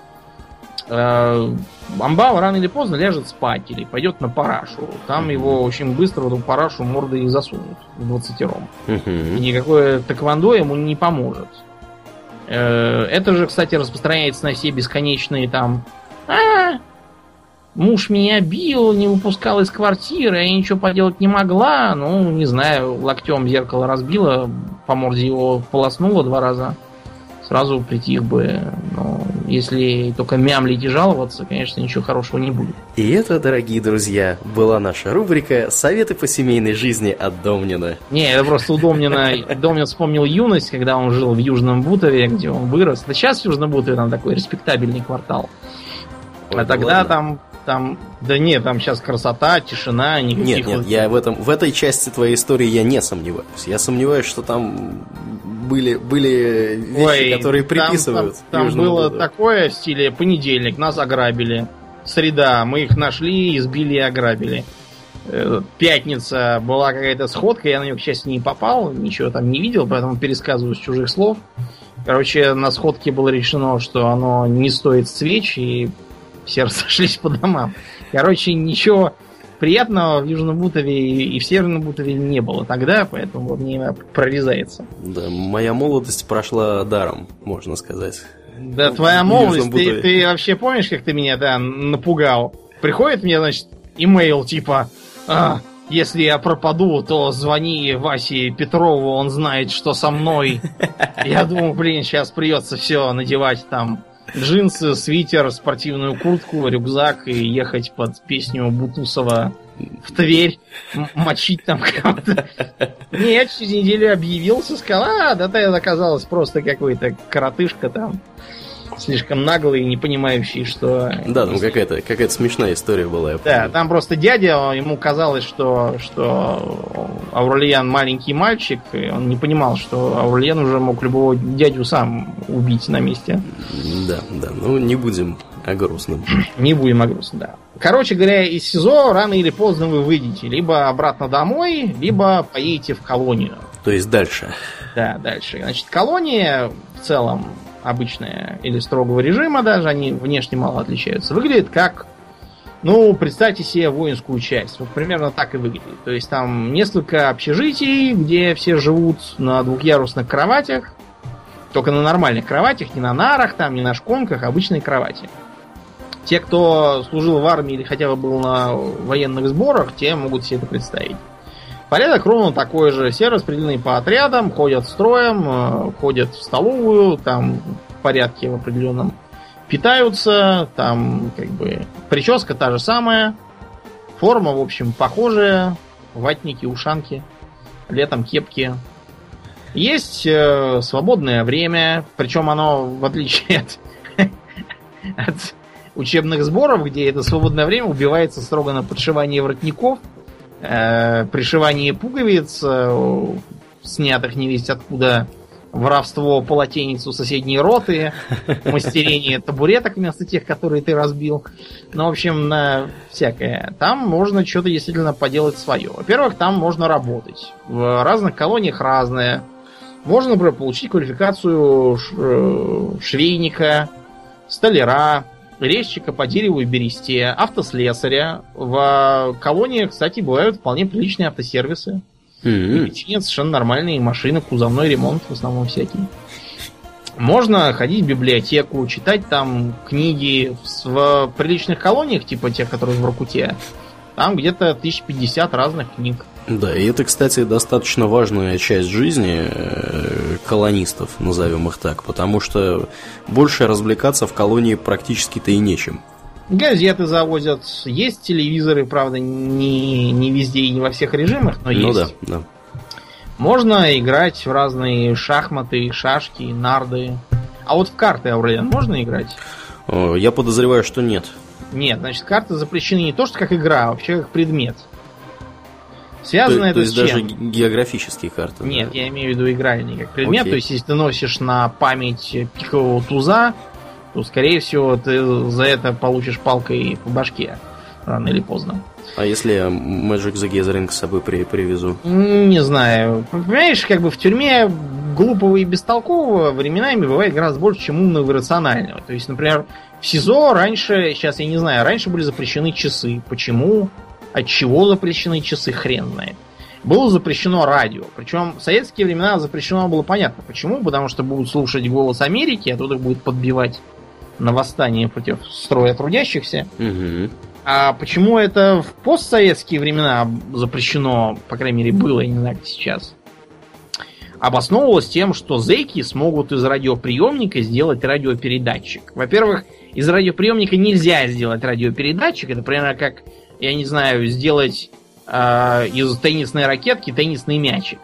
Амбал рано или поздно ляжет спать или пойдет на парашу. Там его очень быстро в эту парашу мордой и засунут в двадцатером. Мгм. И никакое тэквондо ему не поможет. Это же, кстати, распространяется на все бесконечные там... А, муж меня бил, не выпускал из квартиры, я ничего поделать не могла. Ну, не знаю, локтем зеркало разбила, по морде его полоснула два раза. Сразу притих бы. Но если только мямлить и жаловаться, конечно, ничего хорошего не будет. И это, дорогие друзья, была наша рубрика «Советы по семейной жизни» от Домнина. Не, это просто у Домнина. Домнин вспомнил юность, когда он жил в Южном Бутове, где он вырос. Да сейчас в Южном Бутове там такой респектабельный квартал. Ой, а тогда ладно. там... Там, да нет, там сейчас красота, тишина, никаких... Нет, нет, вот... я в этом, в этой части твоей истории я не сомневаюсь. Я сомневаюсь, что там были, были вещи, Ой, которые приписывают. Там, там, там было году. Такое в стиле понедельник, нас ограбили. Среда, мы их нашли, избили и ограбили. Пятница была какая-то сходка, я на нее, к счастью, не попал, ничего там не видел, поэтому пересказываю с чужих слов. Короче, на сходке было решено, что оно не стоит свеч, и все разошлись по домам. Короче, ничего приятного в Южном Бутове и в Северном Бутове не было тогда, поэтому вот мне прорезается. Да, моя молодость прошла даром, можно сказать. Да, твоя молодость, ты, ты вообще помнишь, как ты меня, да, напугал? Приходит мне, значит, имейл типа: а, если я пропаду, то звони Васе Петрову, он знает, что со мной. Я думаю, блин, сейчас придется все надевать там. Джинсы, свитер, спортивную куртку, рюкзак и ехать под песню Бутусова в Тверь, м- мочить там кого-то. Нет, через неделю объявился, сказал: а, да это оказалось просто какой-то коротышка там, слишком наглый, не понимающий, что... Да, там какая-то, какая-то смешная история была, я помню. Да, там просто дядя, ему казалось, что, что Аурельян маленький мальчик, и он не понимал, что Аурельян уже мог любого дядю сам убить на месте. Да, да, ну не будем о грустном. Не будем о грустном, да. Короче говоря, из СИЗО рано или поздно вы выйдете либо обратно домой, либо поедете в колонию. То есть дальше. Да, дальше. Значит, колония в целом обычная или строгого режима даже, они внешне мало отличаются. Выглядит как, ну, представьте себе воинскую часть. Вот примерно так и выглядит. То есть там несколько общежитий, где все живут на двухъярусных кроватях. Только на нормальных кроватях, не на нарах, там, не на шконках, а обычные кровати. Те, кто служил в армии или хотя бы был на военных сборах, те могут себе это представить. Порядок ровно такой же. Все распределены по отрядам, ходят строем, ходят в столовую, там в порядке в определенном питаются, там как бы прическа та же самая, форма, в общем, похожая, ватники, ушанки, летом кепки. Есть э, свободное время, причем оно, в отличие от, от учебных сборов, где это свободное время убивается строго на подшивание воротников, пришивание пуговиц, снятых невесть откуда, воровство полотенец у соседней роты, мастерение табуреток вместо тех, которые ты разбил. Ну, в общем, на всякое. Там можно что-то действительно поделать свое. Во-первых, там можно работать. В разных колониях разное. Можно, например, получить квалификацию швейника, столяра, резчика по дереву и бересте, автослесаря. В колониях, кстати, бывают вполне приличные автосервисы. Mm-hmm. И совершенно нормальные машины, кузовной ремонт в основном всякий. Можно ходить в библиотеку, читать там книги. В приличных колониях, типа тех, которые в Воркуте, там где-то тысяч пятьдесят разных книг. Да, и это, кстати, достаточно важная часть жизни колонистов, назовем их так, потому что больше развлекаться в колонии практически-то и нечем. Газеты завозят, есть телевизоры, правда, не, не везде и не во всех режимах, но есть. Ну да, да. Можно играть в разные шахматы, шашки, нарды. А вот в карты, Аурельян, можно играть? Я подозреваю, что нет. Нет, значит, карты запрещены не то, что как игра, а вообще как предмет. Связано то, это то есть с чем? Даже географические карты? Нет, да? Я имею в виду игральный как предмет. Окей. То есть, если ты носишь на память пикового туза, то, скорее всего, ты за это получишь палкой по башке. Рано или поздно. А если я Magic the Gathering с собой при, привезу? Не знаю. Понимаешь, как бы в тюрьме глупого и бестолкового временами бывает гораздо больше, чем умного и рационального. То есть, например, в СИЗО раньше, сейчас я не знаю, раньше были запрещены часы. Почему? От чего запрещены часы, хрен знает. было запрещено радио. Причем в советские времена запрещено было понятно почему. Потому что будут слушать голос Америки, а тут их будет подбивать на восстание против строя трудящихся. Угу. А почему это в постсоветские времена запрещено, по крайней мере, было, я не знаю, как сейчас, обосновывалось тем, что зэки смогут из радиоприемника сделать радиопередатчик. Во-первых, из радиоприемника нельзя сделать радиопередатчик. Это примерно как, я не знаю, сделать э, из теннисной ракетки теннисный мячик.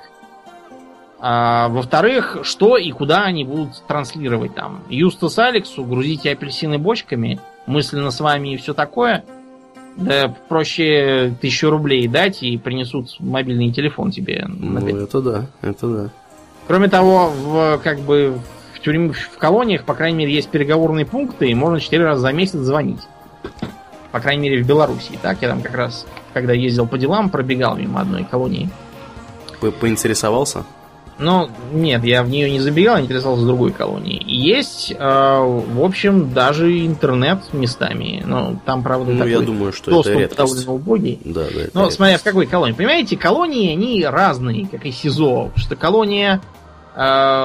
А, во-вторых, что и куда они будут транслировать там? Юстас Алексу, грузите апельсины бочками, мысленно с вами и все такое. Да проще тысячу рублей дать и принесут мобильный телефон тебе. Ну, это да, это да. Кроме того, в, как бы, в, тюрьме, в колониях, по крайней мере, есть переговорные пункты, и можно четыре раза за месяц звонить. По крайней мере, в Белоруссии. Так, я там как раз, когда ездил по делам, пробегал мимо одной колонии. По Поинтересовался? Ну, нет, я в нее не забегал, я интересовался другой колонией. И есть, э, в общем, даже интернет местами. Ну, там, правда, ну, такой я думаю, что это редкость. Довольно убогий. Да, да, это Но редкость. Смотря в какой колонии. Понимаете, колонии, они разные, как и СИЗО. Потому что колония э,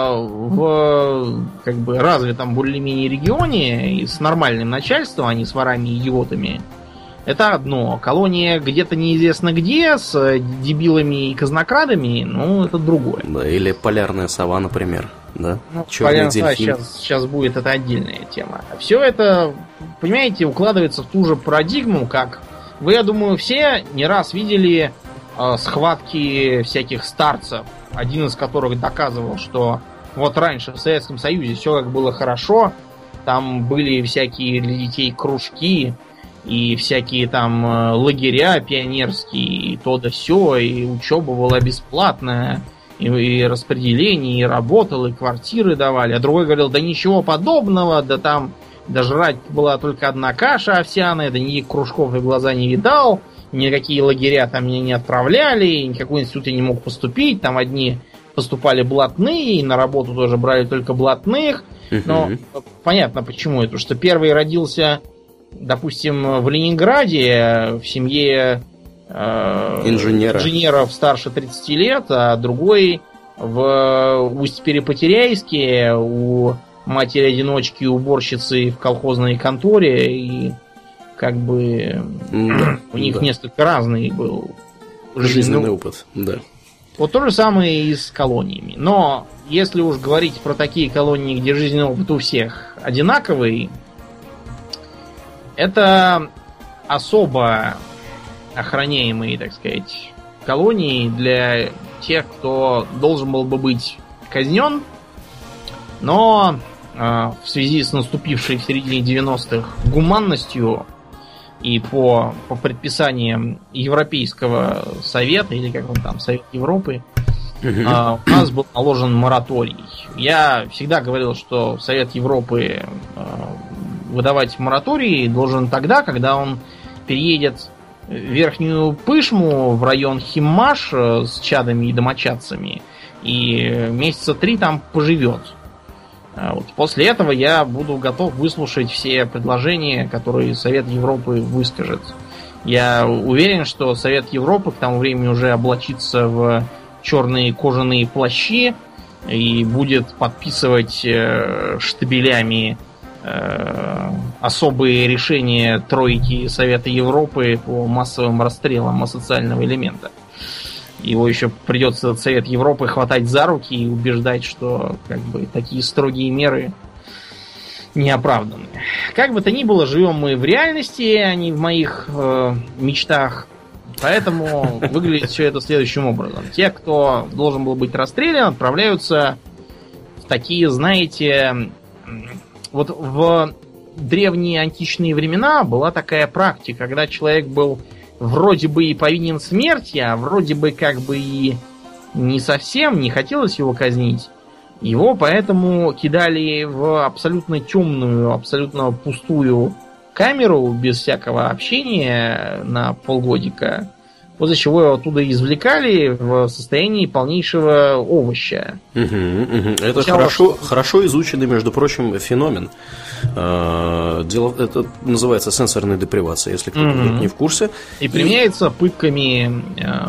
в как бы развитом более-менее регионе и с нормальным начальством, а не с ворами и идиотами, это одно. Колония где-то неизвестно где, с дебилами и казнокрадами, ну, это другое. Да, или полярная сова, например. Да? Ну, Черный дельфин. Сейчас, сейчас будет это отдельная тема. Все это, понимаете, укладывается в ту же парадигму, как вы, я думаю, все не раз видели э, схватки всяких старцев, один из которых доказывал, что вот раньше в Советском Союзе все как было хорошо, там были всякие для детей кружки, и всякие там лагеря пионерские, и то да сё, и учеба была бесплатная, и, и распределение, и работал, и квартиры давали. А другой говорил, да ничего подобного, да там да жрать была только одна каша овсяная, да никаких кружков и глаза не видал, никакие лагеря там меня не отправляли, никакой институт я не мог поступить, там одни поступали блатные, и на работу тоже брали только блатных. Но понятно почему это, потому что первый родился, допустим, в Ленинграде в семье э, Инженера. инженеров старше тридцати лет, а другой в Усть-Перепотеряйске у матери-одиночки, уборщицы в колхозной конторе, и как бы да, у них да. несколько разный был жизненный, жизненный опыт. Да. Вот то же самое и с колониями. Но если уж говорить про такие колонии, где жизненный опыт у всех одинаковый, это особо охраняемые, так сказать, колонии для тех, кто должен был бы быть казнен, но э, в связи с наступившей в середине девяностых гуманностью и по, по предписаниям Европейского совета, или как он там, Совет Европы, uh-huh. э, у нас был наложен мораторий. Я всегда говорил, что Совет Европы э, выдавать мораторий должен тогда, когда он переедет в Верхнюю Пышму в район Химмаш с чадами и домочадцами и месяца три там поживет. Вот. После этого я буду готов выслушать все предложения, которые Совет Европы выскажет. Я уверен, что Совет Европы к тому времени уже облачится в черные кожаные плащи и будет подписывать штабелями особые решения тройки Совета Европы по массовым расстрелам асоциального элемента. Его еще придется этот Совет Европы хватать за руки и убеждать, что как бы такие строгие меры не оправданы. Как бы то ни было, живем мы в реальности, а не в моих э, мечтах. Поэтому выглядит все это следующим образом. Те, кто должен был быть расстрелян, отправляются в такие, знаете... Вот в древние античные времена была такая практика, когда человек был вроде бы и повинен в смерти, а вроде бы как бы и не совсем, не хотелось его казнить. Его поэтому кидали в абсолютно темную, абсолютно пустую камеру без всякого общения на полгодика, после чего его оттуда извлекали в состоянии полнейшего овоща. Угу, угу. Это Сначала... хорошо, хорошо изученный, между прочим, феномен. Дело, это называется сенсорная депривация, если кто-то угу. не в курсе. И применяется пытками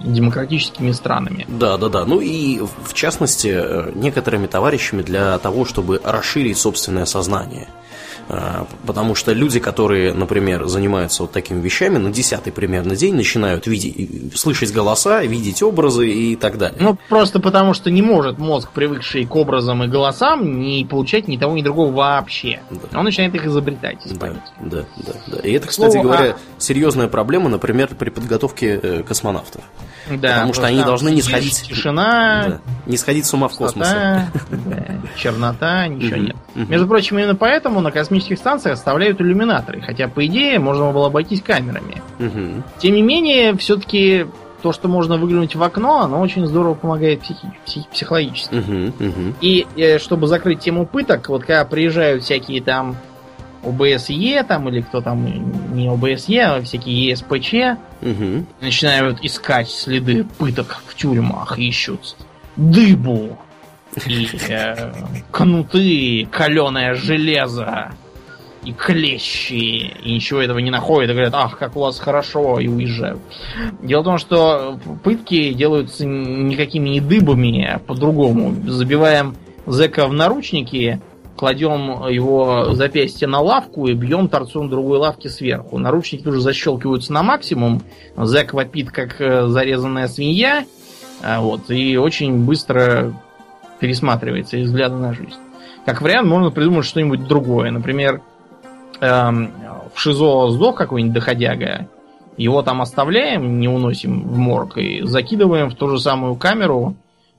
демократическими странами. Да, да, да. Ну и в частности, некоторыми товарищами для того, чтобы расширить собственное сознание. Потому что люди, которые, например, занимаются вот такими вещами, на десятый примерно день начинают видеть, слышать голоса, видеть образы и так далее. Ну, просто потому что не может мозг, привыкший к образам и голосам, не получать ни того, ни другого вообще. Да. Он начинает их изобретать из памяти. Да, да, да, да. И это, кстати Слово, говоря, а... серьезная проблема, например, при подготовке космонавтов. Да, потому что они должны не сходить, тишина, да, не сходить с ума в космосе. Да, чернота, ничего нет. Между прочим, именно поэтому на космических станциях оставляют иллюминаторы, хотя, по идее, можно было обойтись камерами. Тем не менее, все-таки то, что можно выглянуть в окно, оно очень здорово помогает психи- псих- психологически. Uh-huh, uh-huh. И э, чтобы закрыть тему пыток, вот когда приезжают всякие там ОБСЕ там, или кто там, не ОБСЕ, а всякие ЕСПЧ, угу. начинают искать следы пыток в тюрьмах, ищут дыбу и э, кнуты, каленое железо и клещи, и ничего этого не находят, и говорят: ах, как у вас хорошо, и уезжают. Дело в том, что пытки делаются никакими не дыбами, а по-другому. Забиваем зэка в наручники, кладем его запястье на лавку и бьем торцом другой лавки сверху. Наручники тоже защелкиваются на максимум. Зэк вопит, как зарезанная свинья. Вот, и очень быстро пересматривается из взгляда на жизнь. Как вариант, можно придумать что-нибудь другое. Например, эм, в ШИЗО сдох какой-нибудь доходяга. Его там оставляем, не уносим в морг и закидываем в ту же самую камеру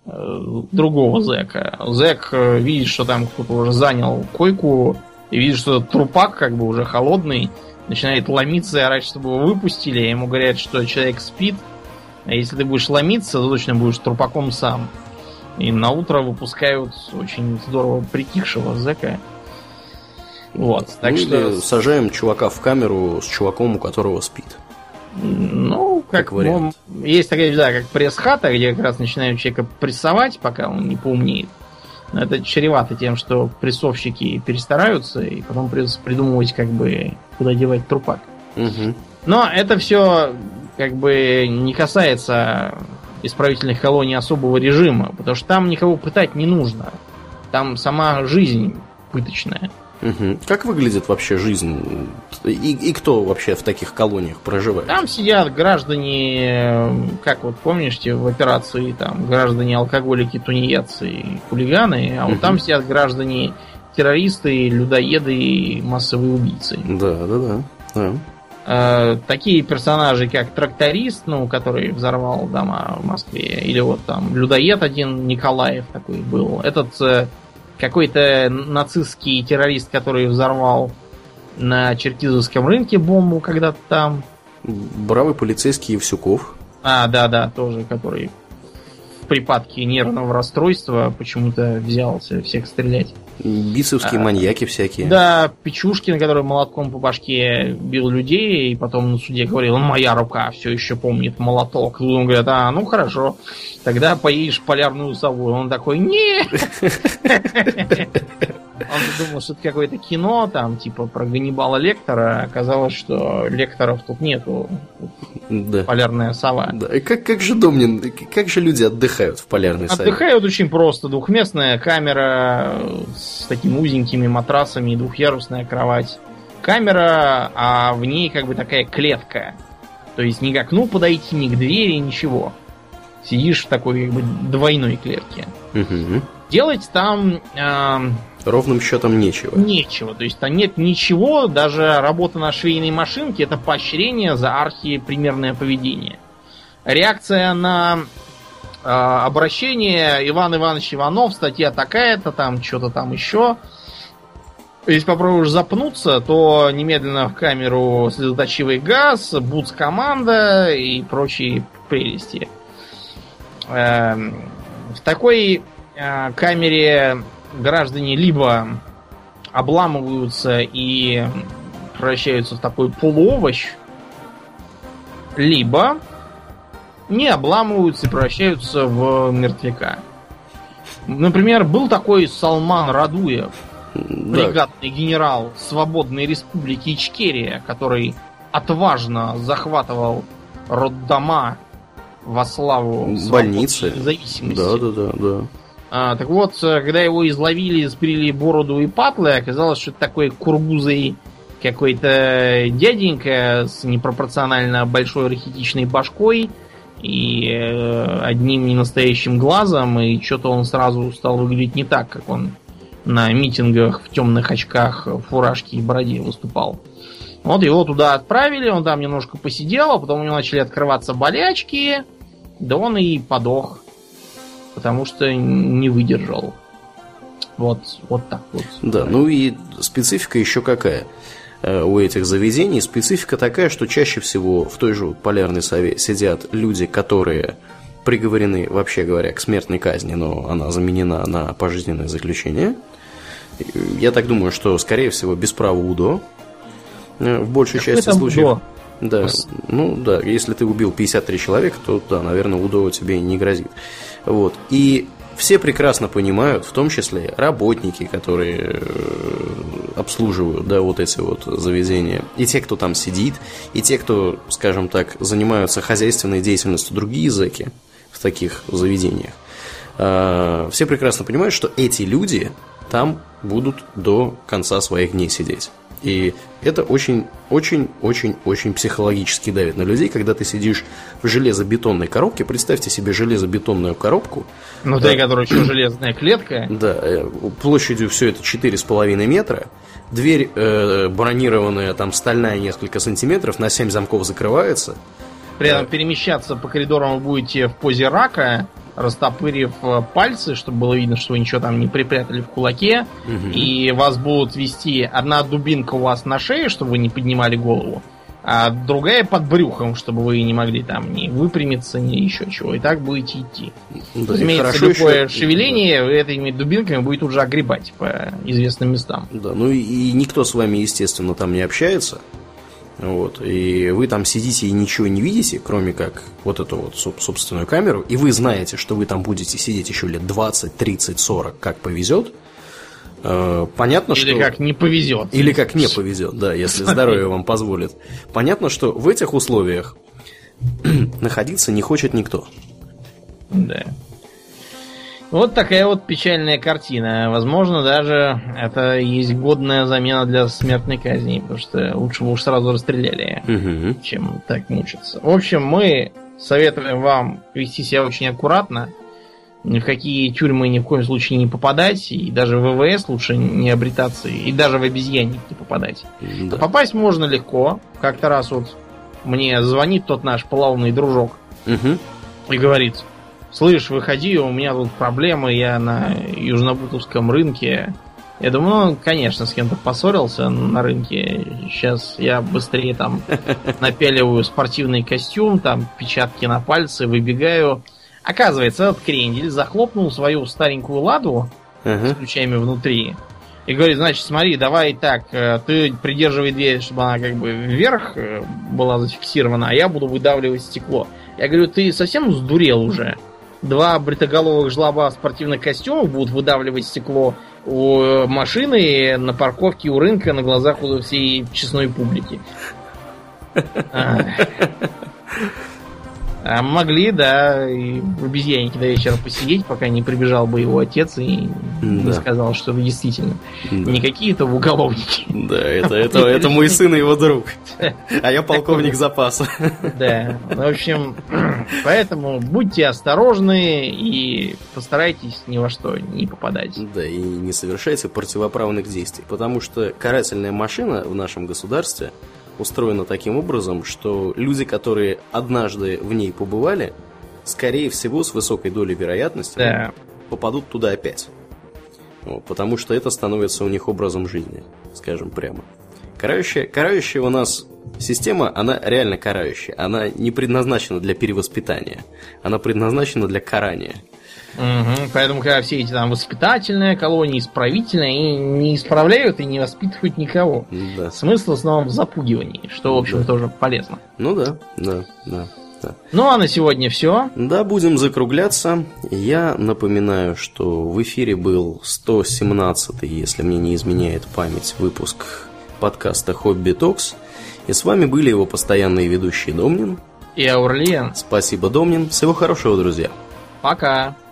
другого зэка. Зэк видит, что там кто-то уже занял койку, и видит, что трупак как бы уже холодный, начинает ломиться и орать, чтобы его выпустили. Ему говорят, что человек спит, а если ты будешь ломиться, то точно будешь трупаком сам. И на утро выпускают очень здорово притихшего зэка. Вот. Так ну, что сажаем чувака в камеру с чуваком, у которого спит. Ну, как, как вариант. Ну, есть такая, да, как пресс-хата, где как раз начинают человека прессовать, пока он не поумнеет. Но это чревато тем, что прессовщики перестараются, и потом придется придумывать, как бы, куда девать трупак. Угу. Но это все, как бы, не касается исправительных колоний особого режима, потому что там никого пытать не нужно. Там сама жизнь пыточная. Угу. Как выглядит вообще жизнь? И, и кто вообще в таких колониях проживает? Там сидят граждане, как вот помнишь, в операции там граждане алкоголики, тунеядцы и хулиганы, а угу. вот там сидят граждане террористы, людоеды и массовые убийцы. Да, да, да. да. Э, такие персонажи, как тракторист, ну, который взорвал дома в Москве, или вот там людоед один Николаев такой был. Этот э, какой-то нацистский террорист, который взорвал на Черкизовском рынке бомбу когда-то там. Бравый полицейский Евсюков. А, да-да, тоже, который в припадке нервного расстройства почему-то взялся всех стрелять. Бицевские а, маньяки всякие. Да, Печушкин, который молотком по башке бил людей, и потом на суде говорил: моя рука все еще помнит молоток. И он говорит: а, ну хорошо, тогда поедешь в Полярную сову. Он такой: нет! Он думал, что это какое-то кино, там, типа, про Ганнибала Лектора. Оказалось, что Лекторов тут нету. Да. Полярная сова. Да. И как, как же, Домнин, как же люди отдыхают в Полярной сове? Отдыхают очень просто. Двухместная камера с такими узенькими матрасами и двухъярусная кровать. Камера, а в ней как бы такая клетка. То есть ни к окну подойти, ни к двери, ничего. Сидишь в такой как бы двойной клетке. Угу. Делать там... Э, ровным счетом нечего. Нечего. То есть там нет ничего. Даже работа на швейной машинке — это поощрение за архипримерное поведение. Реакция на э, обращение: Иван Иванович Иванов, статья такая-то, там что-то там еще. Если попробуешь запнуться, то немедленно в камеру слезоточивый газ, буц-команда и прочие прелести. Э, в такой э, камере граждане либо обламываются и превращаются в такой полуовощ, либо не обламываются и превращаются в мертвяка. Например, был такой Салман Радуев, бригадный генерал Свободной Республики Ичкерия, который отважно захватывал роддома во славу больницы, независимости. Да, да, да, да. А, так вот, когда его изловили, сбрили бороду и патлы, оказалось, что это такой кургузый какой-то дяденька с непропорционально большой рахитичной башкой и э, одним ненастоящим глазом, и что-то он сразу стал выглядеть не так, как он на митингах в темных очках, фуражке и бороде выступал. Вот его туда отправили, он там немножко посидел, а потом у него начали открываться болячки, да он и подох, потому что не выдержал. Вот, вот так вот. Да, ну и специфика еще какая у этих заведений? Специфика такая, что чаще всего в той же полярной сове сидят люди, которые приговорены, вообще говоря, к смертной казни, но она заменена на пожизненное заключение. Я так думаю, что, скорее всего, без права УДО. В большей Какой части случаев. УДО? Да, ну да, если ты убил пятьдесят три человека, то да, наверное, УДО тебе не грозит. Вот. И все прекрасно понимают, в том числе работники, которые обслуживают, да, вот эти вот заведения, и те, кто там сидит, и те, кто, скажем так, занимаются хозяйственной деятельностью, другие зэки в таких заведениях, все прекрасно понимают, что эти люди там будут до конца своих дней сидеть. И это очень-очень-очень-очень психологически давит на людей, когда ты сидишь в железобетонной коробке. Представьте себе железобетонную коробку. Внутри да, которой еще железная клетка. Да, площадью все это четыре с половиной метра. Дверь э, бронированная, там стальная, несколько сантиметров, на семь замков закрывается. При этом да. перемещаться по коридорам вы будете в позе рака, растопырив пальцы, чтобы было видно, что вы ничего там не припрятали в кулаке. Угу. И вас будут вести одна дубинка у вас на шее, чтобы вы не поднимали голову, а другая под брюхом, чтобы вы не могли там ни выпрямиться, ни еще чего. И так будете идти. Да, разумеется, любое еще... шевеление да. этими дубинками будет уже огребать по известным местам. Да, ну и, и никто с вами, естественно, там не общается. Вот, и вы там сидите и ничего не видите, кроме как вот эту вот собственную камеру, и вы знаете, что вы там будете сидеть еще лет двадцать, тридцать, сорок, как повезет. Понятно, Или что... Или как не повезет. Или как не повезет, да, если здоровье вам позволит. Понятно, что в этих условиях находиться не хочет никто. Да. Вот такая вот печальная картина. Возможно, даже это есть годная замена для смертной казни, потому что лучше бы уж сразу расстреляли, угу. чем так мучиться. В общем, мы советуем вам вести себя очень аккуратно, ни в какие тюрьмы ни в коем случае не попадать, и даже в ВВС лучше не обретаться, и даже в обезьянник не попадать. Да. Попасть можно легко. Как-то раз вот мне звонит тот наш полоумный дружок угу. и говорит: слышь, выходи, у меня тут проблемы, я на Южнобутовском рынке. Я думаю, ну, конечно, с кем-то поссорился на рынке. Сейчас я быстрее там напяливаю спортивный костюм, там печатки на пальцы, выбегаю. Оказывается, этот крендель захлопнул свою старенькую ладу uh-huh. с ключами внутри. И говорит: значит, смотри, давай так, ты придерживай дверь, чтобы она как бы вверх была зафиксирована, а я буду выдавливать стекло. Я говорю: ты совсем сдурел уже? Два бритоголовых жлоба в спортивных костюмах будут выдавливать стекло у машины на парковке у рынка на глазах у всей честной публики. А могли, да, и в обезьяннике до вечера посидеть, пока не прибежал бы его отец и да. не сказал, что это действительно да. не какие-то уголовники. Да, это, это, это мой сын и его друг. А я полковник запаса. Да, в общем, поэтому будьте осторожны и постарайтесь ни во что не попадать. Да, и не совершайте противоправных действий, потому что карательная машина в нашем государстве устроена таким образом, что люди, которые однажды в ней побывали, скорее всего, с высокой долей вероятности да. попадут туда опять. Вот, потому что это становится у них образом жизни, скажем прямо. Карающая, карающая у нас система, она реально карающая. Она не предназначена для перевоспитания. Она предназначена для карания. Угу, поэтому, когда все эти там воспитательные колонии, исправительные, они не исправляют и не воспитывают никого. Да. Смысл в основном в запугивании, что, в общем, да. тоже полезно. Ну да, да, да, да. Ну а на сегодня все. Да, будем закругляться. Я напоминаю, что в эфире был сто семнадцатый, если мне не изменяет память, выпуск подкаста Хобби Токс. И с вами были его постоянные ведущие Домнин И Аурлиен. Спасибо, Домнин. Всего хорошего, друзья. Пока.